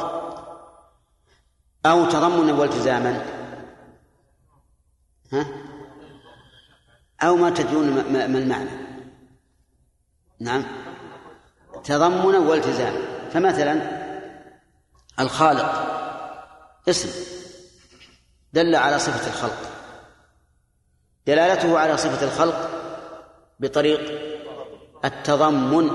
Speaker 1: أو تضمنا والتزاما؟ أو ما تدرون ما المعنى؟ نعم، تضمنا والتزاما. فمثلا الخالق اسم دل على صفة الخلق، دلالته على صفة الخلق بطريق التضمن،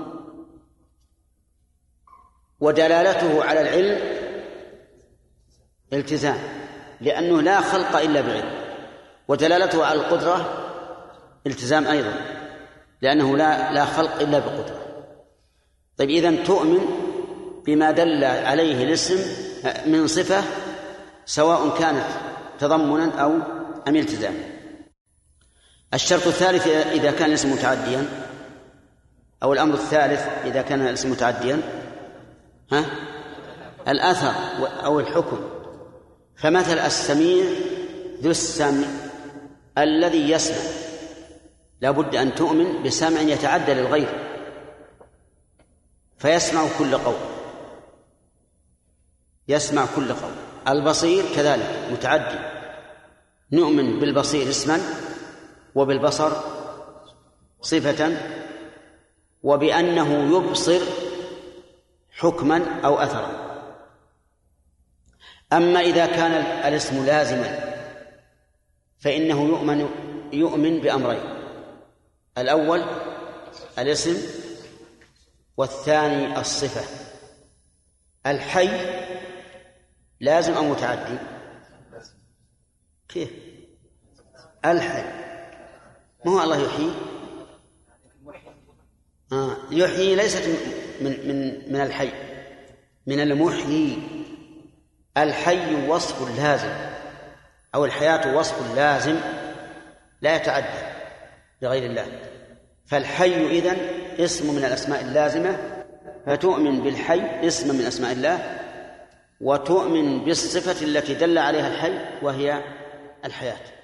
Speaker 1: ودلالته على العلم التزام، لأنه لا خلق إلا بعلم، ودلالته على القدرة التزام أيضا، لأنه لا خلق إلا بقدرة. طيب إذن تؤمن بما دل عليه الاسم من صفة سواء كانت تضمنا أو أم التزاما. الشرط الثالث إذا كان الاسم متعديا، أو الأمر الثالث إذا كان الاسم متعديا، الأثر أو الحكم. فمثل السميع ذو السمع الذي يسمع، لا بد أن تؤمن بسمع يتعدى للغير فيسمع كل قول، يسمع كل قول. البصير كذلك متعدي، نؤمن بالبصير اسما وبالبصر صفة وبأنه يبصر حكما أو أثرا. أما إذا كان الاسم لازما فإنه يؤمن بأمرين: الأول الاسم، والثاني الصفة. الحي لازم أو متعدي؟ كيف؟ الحي ما هو الله يحيي؟ يحيي ليست من الحي، من المحيي. الحي وصف لازم أو الحياة وصف لازم لا يتعدى لغير الله، فالحي إذن اسم من الأسماء اللازمة، فتؤمن بالحي اسم من أسماء الله، وتؤمن بالصفة التي دل عليها الحي وهي الحياة.